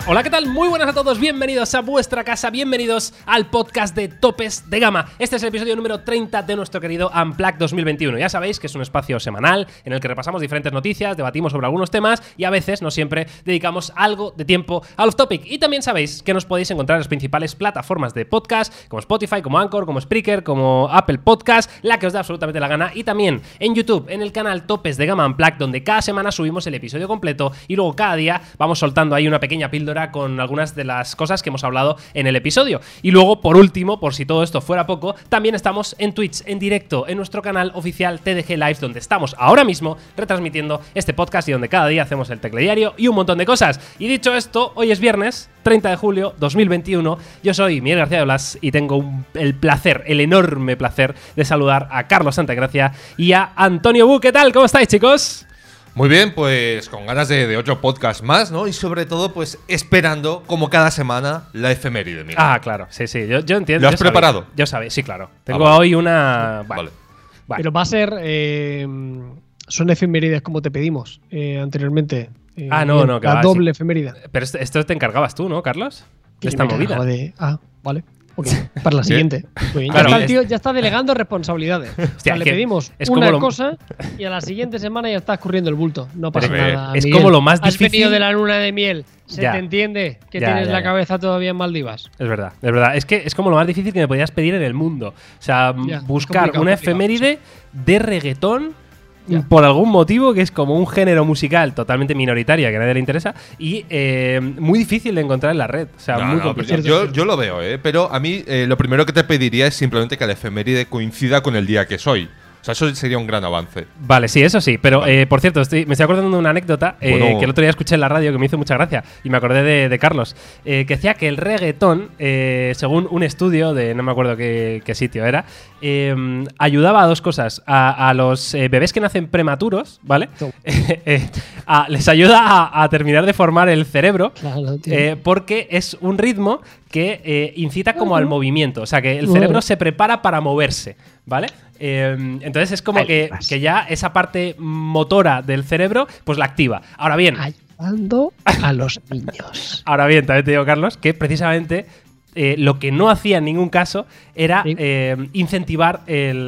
Hola, ¿qué tal? Muy buenas a todos, bienvenidos a vuestra casa, bienvenidos al podcast de Topes de Gama. Este es el episodio número 30 de nuestro querido Unplugged 2021. Ya sabéis que es un espacio semanal en el que repasamos diferentes noticias, debatimos sobre algunos temas y a veces, no siempre, dedicamos algo de tiempo al off-topic. Y también sabéis que nos podéis encontrar en las principales plataformas de podcast, como Spotify, como Anchor, como Spreaker, como Apple Podcast, la que os da absolutamente la gana. Y también en YouTube, en el canal Topes de Gama Unplugged, donde cada semana subimos el episodio completo y luego cada día vamos soltando ahí una pequeña píldora con algunas de las cosas que hemos hablado en el episodio. Y luego, por último, por si todo esto fuera poco, también estamos en Twitch, en directo, en nuestro canal oficial TDG Live, donde estamos ahora mismo retransmitiendo este podcast y donde cada día hacemos el teclediario y un montón de cosas. Y dicho esto, hoy es viernes 30 de julio 2021. Yo soy Miguel García de Blas y tengo el placer, el enorme placer de saludar a Carlos Santagracia y a Antonio Bu. ¿Qué tal? ¿Cómo estáis, chicos? Muy bien, pues con ganas de 8 podcasts más, ¿no? Y sobre todo, pues esperando, como cada semana, la efeméride, Miguel. Ah, claro, sí, yo entiendo. ¿Lo has preparado? Yo sabía, sí, claro. Tengo vale. hoy una... Vale. Pero va a ser... son efemérides como te pedimos anteriormente. No, que la va, doble sí. efeméride. Pero esto te encargabas tú, ¿no, Carlos? De esta Me movida. acabo de- vale. Ok, para la siguiente. Muy bien. Claro, Ya está el es- tío, ya está delegando responsabilidades. O sea, le que pedimos es como una lo- cosa y a la siguiente semana ya está escurriendo el bulto. No pasa Pero nada. es Miguel. como lo más Has difícil- venido de la luna de miel. Se Ya. te entiende que Ya, tienes ya, la ya. cabeza todavía en Maldivas. Es verdad, es verdad. Es que es como lo más difícil que me podías pedir en el mundo. O sea, Ya, buscar complicado, una complicado, efeméride de reggaetón Ya. por algún motivo que es como un género musical totalmente minoritaria que a nadie le interesa y muy difícil de encontrar en la red. O sea, muy pero complicado. yo lo veo, ¿eh? Pero a mí lo primero que te pediría es simplemente que la efeméride coincida con el día que soy. O sea, eso sería un gran avance. Vale, sí, eso sí. Pero, Vale. por cierto, me estoy acordando de una anécdota Bueno. que el otro día escuché en la radio que me hizo mucha gracia y me acordé de Carlos, que decía que el reggaetón, según un estudio de no me acuerdo qué sitio era, ayudaba a dos cosas. A los bebés que nacen prematuros, ¿vale? No. Les ayuda a terminar de formar el cerebro. Claro, tío. Porque es un ritmo que incita como al movimiento. O sea, que el Ujú. cerebro se prepara para moverse, ¿vale? Entonces es como que ya esa parte motora del cerebro pues la activa. Ahora bien, Ayudando a los niños. también te digo, Carlos, que precisamente lo que no hacía en ningún caso era Sí. incentivar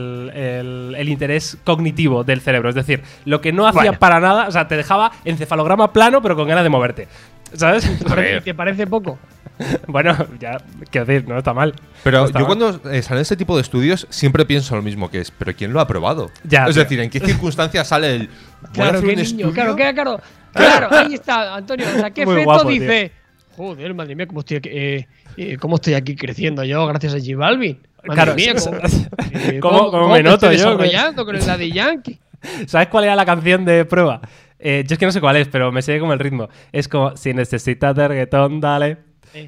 el interés cognitivo del cerebro. Es decir, lo que no hacía Bueno. para nada, o sea, te dejaba encefalograma plano pero con ganas de moverte. ¿Sabes? A ver. ¿Te parece poco? Bueno, ya, quiero decir, no está mal. Pero No está yo mal. cuando salen este tipo de estudios siempre pienso lo mismo, que es, ¿pero quién lo ha probado? Ya, es tío. decir, ¿en qué circunstancias sale el... voy a Claro, hacer qué un niño. estudio? Claro, ahí está, Antonio. O sea, ¿qué Muy efecto guapo, tío. dice? Joder, madre mía, cómo estoy aquí creciendo yo gracias a J Balvin. Madre Claro, mía, ¿Cómo me me noto estoy yo? desarrollando con el Daddy Yankee. ¿Sabes cuál era la canción de prueba? Yo es que no sé cuál es, pero me sé como el ritmo. Es como, si necesitas de reggaetón, dale.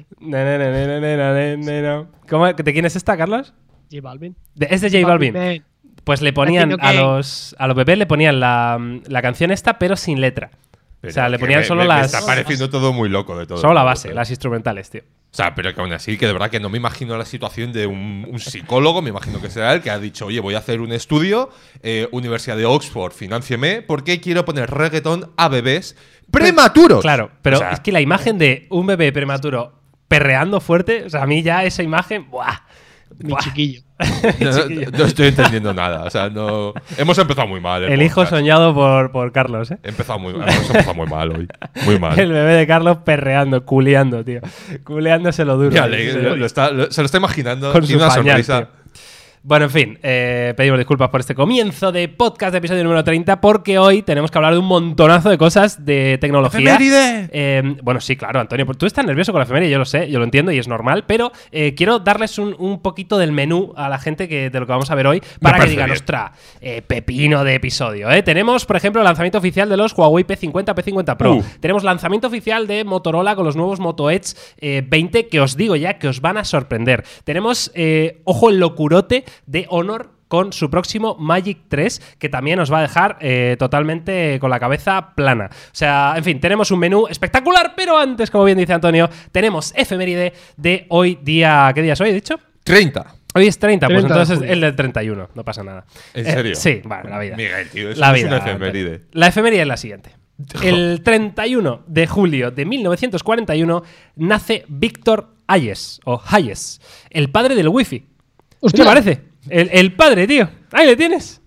¿De quién es esta, Carlos? J Balvin. Es de J Balvin. Man. Pues le ponían Haciendo a los bebés le ponían la canción esta, pero sin letra. Pero o sea, le que ponían solo me las. está pareciendo todo muy loco de todo. Solo la base, las instrumentales, tío. O sea, pero que aún así, que de verdad que no me imagino la situación de un psicólogo, me imagino que será él, que ha dicho, oye, voy a hacer un estudio, Universidad de Oxford, financieme, porque quiero poner reggaetón a bebés prematuros. Claro, pero O sea, es que la imagen de un bebé prematuro perreando fuerte, o sea, a mí ya esa imagen. ¡Buah! Mi Buah. chiquillo. no estoy entendiendo nada. O sea, no. Hemos empezado muy mal. El hijo podcast. soñado por Carlos, ¿eh? Hemos empezado muy mal hoy. Muy mal. El bebé de Carlos perreando, culeando, tío. Culeándose lo duro. Mira, Sí, se lo está imaginando. Con Tiene su una pañal, sonrisa. tío. Bueno, en fin, pedimos disculpas por este comienzo de podcast de episodio número 30 porque hoy tenemos que hablar de un montonazo de cosas de tecnología. ¡Efeméride! Bueno, sí, claro, Antonio, tú estás nervioso con la efeméride, yo lo sé, yo lo entiendo y es normal, pero quiero darles un poquito del menú a la gente de lo que vamos a ver hoy para que parece digan, bien. ostra, pepino de episodio. Tenemos, por ejemplo, el lanzamiento oficial de los Huawei P50, P50 Pro. Tenemos lanzamiento oficial de Motorola con los nuevos Moto Edge 20 que os digo ya que os van a sorprender. Tenemos, ojo, el locurote de Honor con su próximo Magic 3, que también os va a dejar totalmente con la cabeza plana. O sea, en fin, tenemos un menú espectacular, pero antes, como bien dice Antonio, tenemos efeméride de hoy día... ¿Qué día es hoy, he dicho? 30. Hoy es 30, pues 30 de entonces julio. el del 31, no pasa nada. ¿En serio? Sí, vale, la vida. Miguel, tío, eso La no es vida. una efeméride. La efeméride es la siguiente. El 31 de julio de 1941 nace Víctor Hayes, o Hayes, el padre del wifi. ¿Qué te parece? El padre, tío. Ahí le tienes.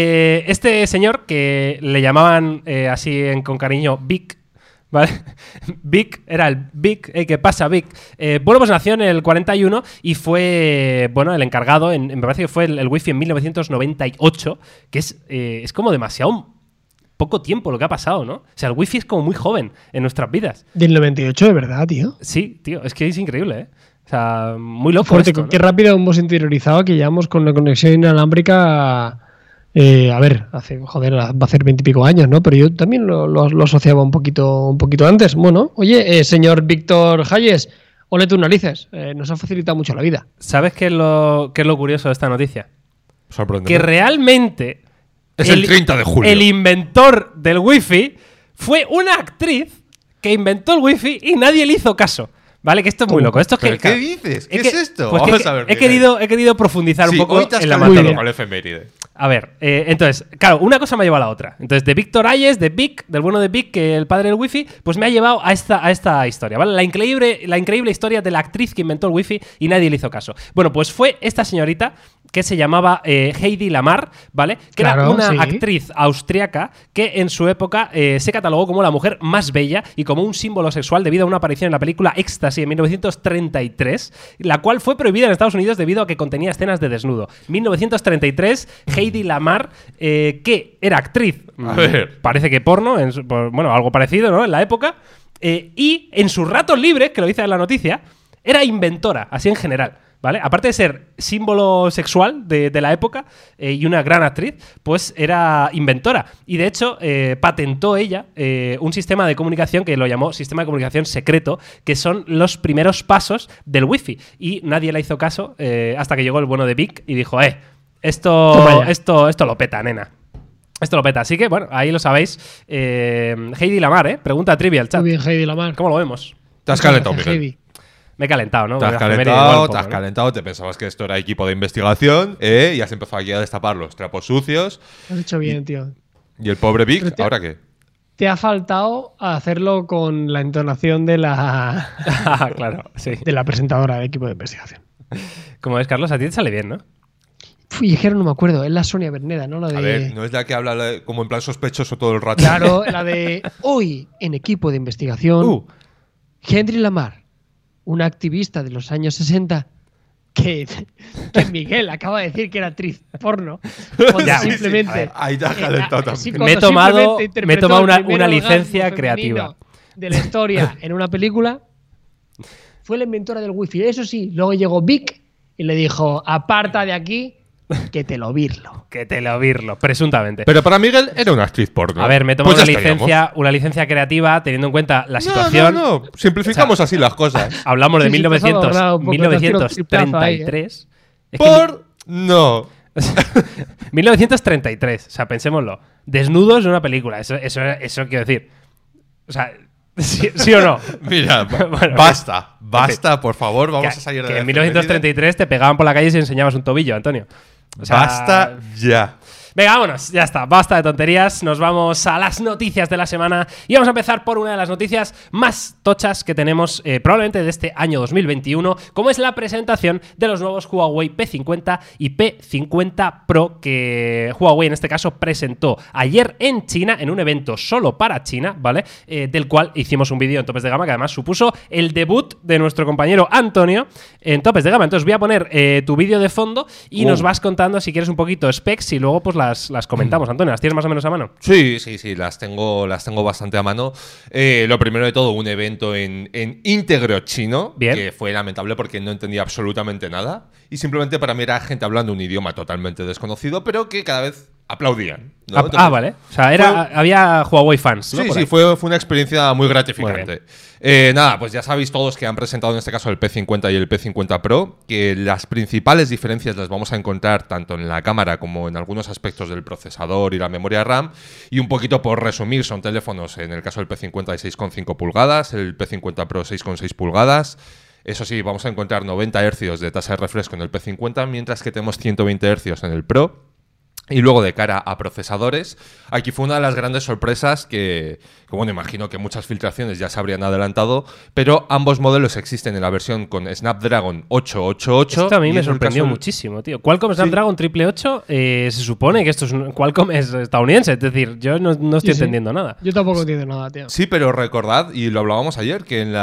Este señor, que le llamaban así con cariño Vic, ¿vale? Vic, era el Vic, ¿qué pasa, Vic? Bueno, pues nació en el 41 y fue, bueno, el encargado, me parece que fue el wifi en 1998, que es como demasiado poco tiempo lo que ha pasado, ¿no? O sea, el wifi es como muy joven en nuestras vidas. Del 98, de verdad, tío. Sí, tío, es que es increíble, ¿eh? O sea, muy loco Fuerte, esto, ¿no? qué rápido hemos interiorizado que llevamos con la conexión inalámbrica. A ver, va a hacer 20 y pico años, ¿no? Pero yo también lo asociaba un poquito antes. Bueno, oye, señor Víctor Hayes, ole tus narices. Nos ha facilitado mucho la vida. ¿Sabes qué es lo curioso de esta noticia? Sorprendente. Que realmente Es el 30 de julio. el inventor del wifi fue una actriz que inventó el wifi y nadie le hizo caso. ¿Vale? Que esto es muy loco. Esto es que, ¿Pero qué dices? ¿Qué es esto? Pues Vamos a ver. he querido profundizar un poco hoy te has en la calentado materia. con el efeméride. A ver, entonces, claro, una cosa me ha llevado a la otra. Entonces, de Víctor Hayes, de Vic, del bueno de Vic, que el padre del wifi, pues me ha llevado a esta historia, ¿vale? La increíble historia de la actriz que inventó el wifi y nadie le hizo caso. Bueno, pues fue esta señorita que se llamaba Heidi Lamar, ¿vale? Que era una actriz austriaca que en su época se catalogó como la mujer más bella y como un símbolo sexual debido a una aparición en la película Ecstasy en 1933, la cual fue prohibida en Estados Unidos debido a que contenía escenas de desnudo. 1933, Heidi Lamar, que era actriz, A ver. parece que porno, bueno, algo parecido, ¿no? En la época, y en sus ratos libres, que lo dice en la noticia, era inventora, así en general. ¿Vale? Aparte de ser símbolo sexual de la época y una gran actriz, pues era inventora. Y de hecho, patentó ella un sistema de comunicación que lo llamó sistema de comunicación secreto, que son los primeros pasos del wifi. Y nadie le hizo caso hasta que llegó el bueno de Vic y dijo, esto lo peta, nena. Esto lo peta. Así que, bueno, ahí lo sabéis. Heidi Lamar, pregunta trivia al chat. Muy bien, Heidi Lamar. ¿Cómo lo vemos? Te has calentado, Miguel. Heidi. Me he calentado, ¿no? Te has Porque la efeméride calentado, igual un te has poco, ¿no? calentado, te pensabas que esto era equipo de investigación, y has empezado aquí a destapar los trapos sucios. Lo has hecho bien, tío. Y el pobre Vic, Pero ¿ahora qué? Te ha faltado hacerlo con la entonación de la Claro, sí. de la presentadora del equipo de investigación. Como ves, Carlos, a ti te sale bien, ¿no? Uy, es que no me acuerdo. Es la Sonia Berneda, ¿no? La de... A ver, no es la que habla como en plan sospechoso todo el rato. Claro, la de hoy en equipo de investigación, Henry Lamar, una activista de los años 60 que Miguel acaba de decir que era actriz porno. Ya, Simplemente. Ahí te has calentado también. Me he tomado una licencia creativa de la historia en una película. Fue la inventora del wifi. Eso sí, luego llegó Vic y le dijo: aparta de aquí, que te lo virlo. Que te lo virlo, presuntamente. Pero para Miguel era una actriz porno. A ver, me he tomado Pues ya estaríamos. una licencia creativa teniendo en cuenta la situación. No. Simplificamos así las cosas. Hablamos de Sí, te has ahorrado un poco, te has tirado un triplazo ahí, 1933. Es que No. 1933, o sea, pensémoslo. Desnudos en una película, eso quiero decir. O sea, ¿sí o no? Mira, Bueno, basta, por favor, vamos a salir de que la en 1933 te pegaban por la calle si enseñabas un tobillo, Antonio. O sea, Basta ya. Venga, vámonos, ya está, basta de tonterías, nos vamos a las noticias de la semana y vamos a empezar por una de las noticias más tochas que tenemos probablemente de este año 2021, como es la presentación de los nuevos Huawei P50 y P50 Pro que Huawei en este caso presentó ayer en China, en un evento solo para China, ¿vale? Del cual hicimos un vídeo en Topes de Gama que además supuso el debut de nuestro compañero Antonio en Topes de Gama. Entonces voy a poner tu vídeo de fondo y nos vas contando si quieres un poquito specs y luego pues las comentamos. Antonio, ¿las tienes más o menos a mano? Sí, las tengo bastante a mano. Lo primero de todo, un evento en íntegro chino, Bien. que fue lamentable porque no entendía absolutamente nada. Y simplemente para mí era gente hablando un idioma totalmente desconocido, pero que cada vez aplaudían, ¿no? Entonces, Vale. O sea, había Huawei fans, ¿no? Sí, fue una experiencia muy gratificante. Nada, pues ya sabéis todos que han presentado en este caso el P50 y el P50 Pro, que las principales diferencias las vamos a encontrar tanto en la cámara como en algunos aspectos del procesador y la memoria RAM. Y un poquito por resumir, son teléfonos, en el caso del P50 de 6,5 pulgadas, el P50 Pro 6,6 pulgadas. Eso sí, vamos a encontrar 90 Hz de tasa de refresco en el P50, mientras que tenemos 120 Hz en el Pro. Y luego de cara a procesadores, aquí fue una de las grandes sorpresas que bueno, imagino que muchas filtraciones ya se habrían adelantado, pero ambos modelos existen en la versión con Snapdragon 888. Esto a mí me sorprendió muchísimo, tío. Qualcomm Snapdragon 888, se supone que esto es Qualcomm es estadounidense, es decir, yo no estoy entendiendo nada. Yo tampoco entiendo nada, tío. Sí, pero recordad, y lo hablábamos ayer, que en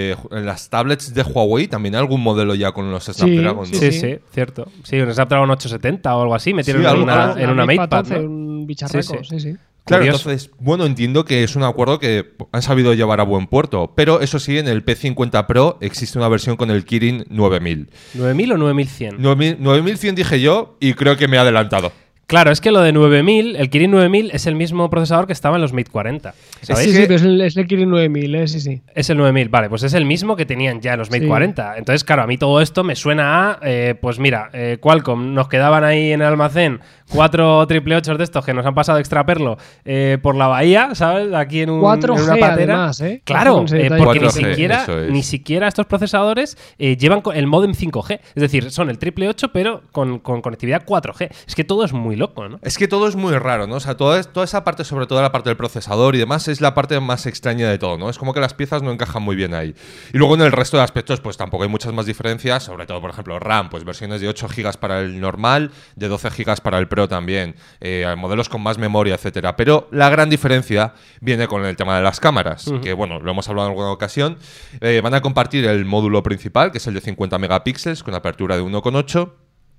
las tablets de Huawei también hay algún modelo ya con los Snapdragon. Sí, cierto. Sí, un Snapdragon 870 o algo así, metieron en una MatePad, ¿no? Un bicharraco, sí. Claro, Curioso. entonces, bueno, entiendo que es un acuerdo que han sabido llevar a buen puerto, pero eso sí, en el P50 Pro existe una versión con el Kirin 9000. ¿9000 o 9100? 9100 dije yo y creo que me he adelantado. Claro, es que lo de 9000, el Kirin 9000 es el mismo procesador que estaba en los Mate 40. ¿Sabéis? Sí, pero es el Kirin 9000, sí. Es el 9000, vale, pues es el mismo que tenían ya en los Mate 40. Entonces, claro, a mí todo esto me suena a, pues mira, Qualcomm, nos quedaban ahí en el almacén 4 888 de estos que nos han pasado extraperlo por la bahía, ¿sabes? Aquí en, 4G en una patera. Además, ¿eh? Claro, porque 4G, ni siquiera estos procesadores llevan el modem 5G. Es decir, son el 888 pero con conectividad 4G. Es que todo es muy loco, ¿no? Es que todo es muy raro, ¿no? O sea, toda esa parte, sobre todo la parte del procesador y demás, es la parte más extraña de todo, ¿no? Es como que las piezas no encajan muy bien ahí. Y luego en el resto de aspectos, pues tampoco hay muchas más diferencias, sobre todo, por ejemplo, RAM, pues versiones de 8 GB para el normal, de 12 GB para el Pro también, modelos con más memoria, etcétera. Pero la gran diferencia viene con el tema de las cámaras, que bueno, lo hemos hablado en alguna ocasión. Van a compartir el módulo principal, que es el de 50 megapíxeles, con apertura de 1,8.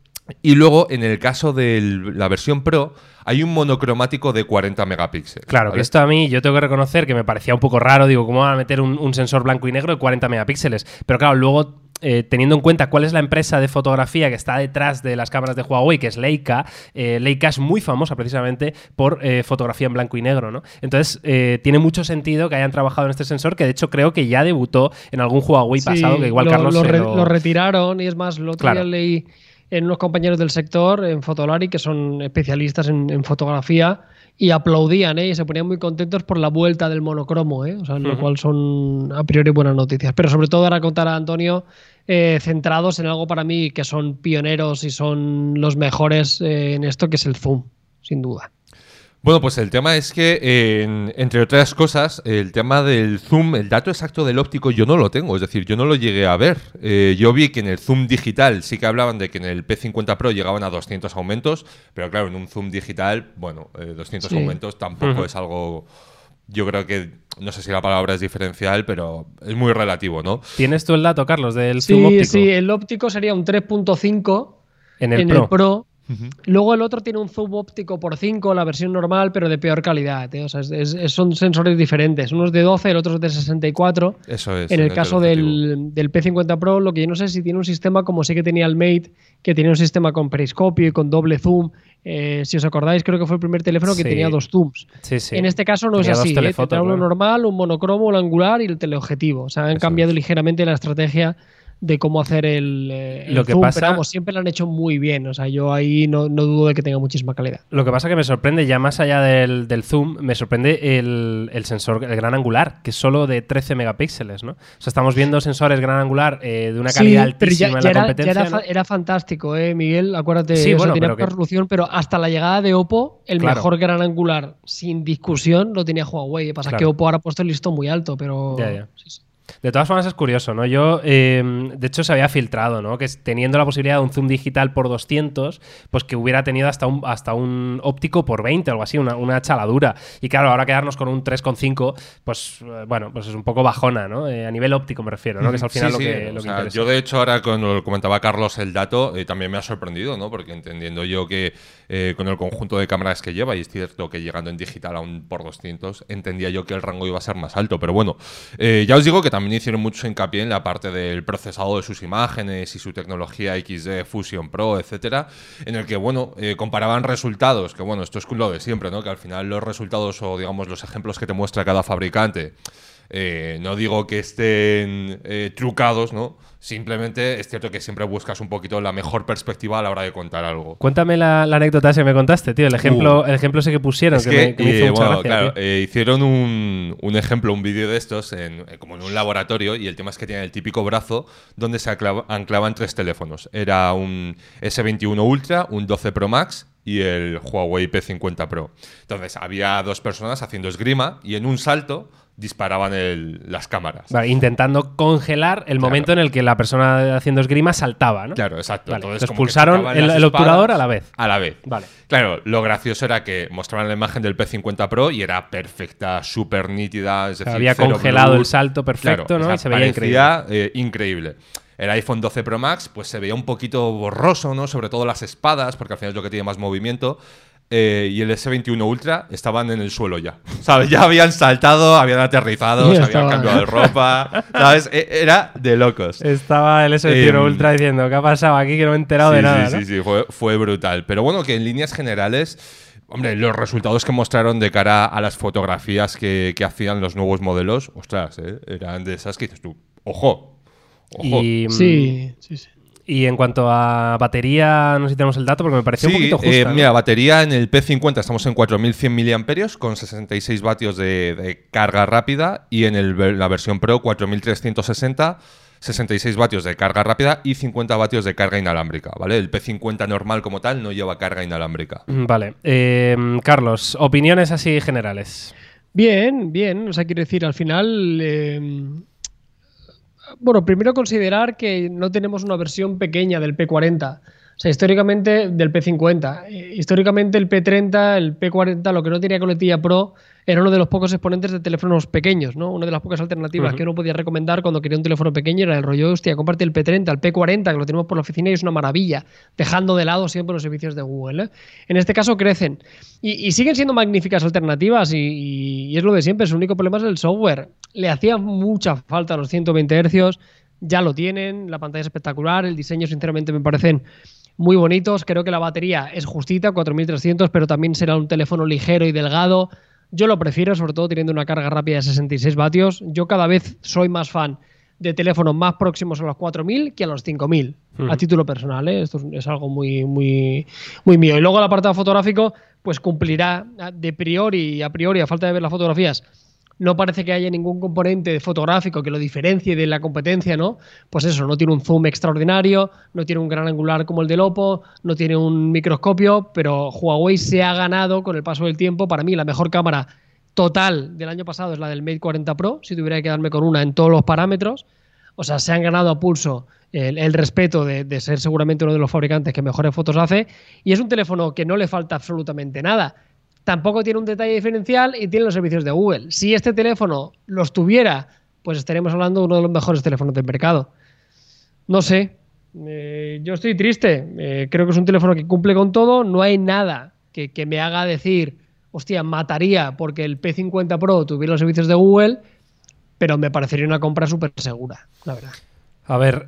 Y luego, en el caso de la versión Pro, hay un monocromático de 40 megapíxeles. Claro, ¿vale? Que esto a mí, yo tengo que reconocer que me parecía un poco raro. Digo, ¿cómo van a meter un sensor blanco y negro de 40 megapíxeles? Pero claro, luego, teniendo en cuenta cuál es la empresa de fotografía que está detrás de las cámaras de Huawei, que es Leica, Leica es muy famosa precisamente por fotografía en blanco y negro, ¿no? Entonces, tiene mucho sentido que hayan trabajado en este sensor, que de hecho creo que ya debutó en algún Huawei pasado, que igual Carlos lo retiraron, y es más, lo otro día leí en unos compañeros del sector, en Fotolari, que son especialistas en fotografía, y aplaudían, y se ponían muy contentos por la vuelta del monocromo, o sea, lo cual son a priori buenas noticias. Pero sobre todo ahora contar a Antonio, centrados en algo para mí que son pioneros y son los mejores en esto, que es el zoom, sin duda. Bueno, pues el tema es que, entre otras cosas, el tema del zoom, el dato exacto del óptico yo no lo tengo, es decir, yo no lo llegué a ver. Yo vi que en el zoom digital sí que hablaban de que en el P50 Pro llegaban a 200 aumentos, pero claro, en un zoom digital, bueno, 200 aumentos tampoco es algo... Yo creo que, no sé si la palabra es diferencial, pero es muy relativo, ¿no? ¿Tienes tú el dato, Carlos, del zoom óptico? Sí, el óptico sería un 3.5 en el Pro. Luego el otro tiene un zoom óptico por 5, la versión normal, pero de peor calidad. O sea, son sensores diferentes. Uno es de 12, el otro es de 64. Eso es. En el caso del P50 Pro, lo que yo no sé si tiene un sistema como sí que tenía el Mate, que tenía un sistema con periscopio y con doble zoom. Si os acordáis, creo que fue el primer teléfono que tenía 2 zooms. Sí. En este caso no tenía es así. Tendrá uno normal, un monocromo, un angular y el teleobjetivo. O sea, han cambiado ligeramente la estrategia de cómo hacer el lo que zoom, pasa, pero vamos, siempre lo han hecho muy bien. O sea, yo ahí no dudo de que tenga muchísima calidad. Lo que pasa que me sorprende, ya más allá del zoom, me sorprende el sensor, el gran angular, que es solo de 13 megapíxeles, ¿no? O sea, estamos viendo sensores gran angular de una calidad altísima en la competencia. Era fantástico, Miguel, acuérdate, tenía una resolución, pero hasta la llegada de Oppo, el mejor gran angular, sin discusión, lo tenía Huawei. Pasa que Oppo ahora ha puesto el listón muy alto, pero... Sí. De todas formas es curioso, ¿no? Yo, de hecho, se había filtrado, ¿no? Que teniendo la posibilidad de un zoom digital por 200, pues que hubiera tenido hasta un óptico por 20 o algo así, una chaladura. Y claro, ahora quedarnos con un 3,5, pues bueno, pues es un poco bajona, ¿no? A nivel óptico me refiero, ¿no? Que es al final lo que interesa. Yo, de hecho, ahora cuando lo comentaba Carlos el dato, también me ha sorprendido, ¿no? Porque entendiendo yo que con el conjunto de cámaras que lleva, y es cierto que llegando en digital a un por 200, entendía yo que el rango iba a ser más alto. Pero bueno, ya os digo que también hicieron mucho hincapié en la parte del procesado de sus imágenes y su tecnología XD Fusion Pro, etcétera, en el que, bueno, comparaban resultados, que bueno, esto es lo de siempre, ¿no? Que al final los resultados o, digamos, los ejemplos que te muestra cada fabricante, no digo que estén trucados, ¿no? Simplemente es cierto que siempre buscas un poquito la mejor perspectiva a la hora de contar algo. Cuéntame la anécdota esa que me contaste, tío. El ejemplo ese que pusieron, que me hizo mucha gracia. Claro, hicieron un ejemplo, un vídeo de estos, como en un laboratorio, y el tema es que tienen el típico brazo donde se anclaban 3 teléfonos. Era un S21 Ultra, un 12 Pro Max y el Huawei P50 Pro. Entonces, había dos personas haciendo esgrima y en un salto disparaban las cámaras. Vale, intentando congelar el momento en el que la persona haciendo esgrima saltaba, ¿no? Claro, exacto. Vale. Entonces, como pulsaron que el obturador a la vez. A la vez. Vale. Claro, lo gracioso era que mostraban la imagen del P50 Pro y era perfecta, súper nítida. Es decir, había congelado el salto perfecto, claro, ¿no? Y se veía increíble. Increíble. El iPhone 12 Pro Max pues se veía un poquito borroso, ¿no? Sobre todo las espadas, porque al final es lo que tiene más movimiento. Y el S21 Ultra estaban en el suelo ya. ¿Sabes? Ya habían saltado, habían aterrizado, se habían cambiado de ropa. ¿Sabes? Era de locos. Estaba el S21 Ultra diciendo, ¿qué ha pasado aquí? Que no me he enterado de nada. Sí, fue brutal. Pero bueno, que en líneas generales, hombre, los resultados que mostraron de cara a las fotografías que hacían los nuevos modelos, ostras, eran de esas que dices tú, ojo. Sí. Y en cuanto a batería, no sé si tenemos el dato porque me pareció un poquito justa, ¿no? Mira, batería en el P50 estamos en 4100 mAh con 66 vatios de carga rápida y en la versión Pro 4360, 66 vatios de carga rápida y 50 vatios de carga inalámbrica, ¿vale? El P50 normal como tal no lleva carga inalámbrica. Vale. Carlos, opiniones así generales. Bien. O sea, quiero decir, al final... Bueno, primero considerar que no tenemos una versión pequeña del P40. O sea, históricamente del P50. Históricamente el P30, el P40, lo que no tenía coletilla Pro, era uno de los pocos exponentes de teléfonos pequeños, ¿no? Una de las pocas alternativas que uno podía recomendar cuando quería un teléfono pequeño era el rollo, hostia, comparte el P30, el P40, que lo tenemos por la oficina y es una maravilla, dejando de lado siempre los servicios de Google, ¿eh? En este caso crecen. Y siguen siendo magníficas alternativas y es lo de siempre, su único problema es el software. Le hacía mucha falta a los 120 Hz, ya lo tienen, la pantalla es espectacular, el diseño sinceramente me parecen muy bonitos, creo que la batería es justita, 4300, pero también será un teléfono ligero y delgado. Yo lo prefiero, sobre todo teniendo una carga rápida de 66 vatios. Yo cada vez soy más fan de teléfonos más próximos a los 4000 que a los 5000, a título personal, ¿eh? Esto es algo muy mío. Y luego el apartado fotográfico, pues cumplirá de priori, a priori, a falta de ver las fotografías. No parece que haya ningún componente fotográfico que lo diferencie de la competencia, ¿no? Pues eso, no tiene un zoom extraordinario, no tiene un gran angular como el del Oppo, no tiene un microscopio, pero Huawei se ha ganado con el paso del tiempo. Para mí la mejor cámara total del año pasado es la del Mate 40 Pro, si tuviera que quedarme con una en todos los parámetros. O sea, se han ganado a pulso el respeto de ser seguramente uno de los fabricantes que mejores fotos hace, y es un teléfono que no le falta absolutamente nada. Tampoco tiene un detalle diferencial y tiene los servicios de Google. Si este teléfono los tuviera, pues estaríamos hablando de uno de los mejores teléfonos del mercado. No sé, yo estoy triste. Creo que es un teléfono que cumple con todo. No hay nada que me haga decir, hostia, mataría porque el P50 Pro tuviera los servicios de Google, pero me parecería una compra súper segura, la verdad. A ver,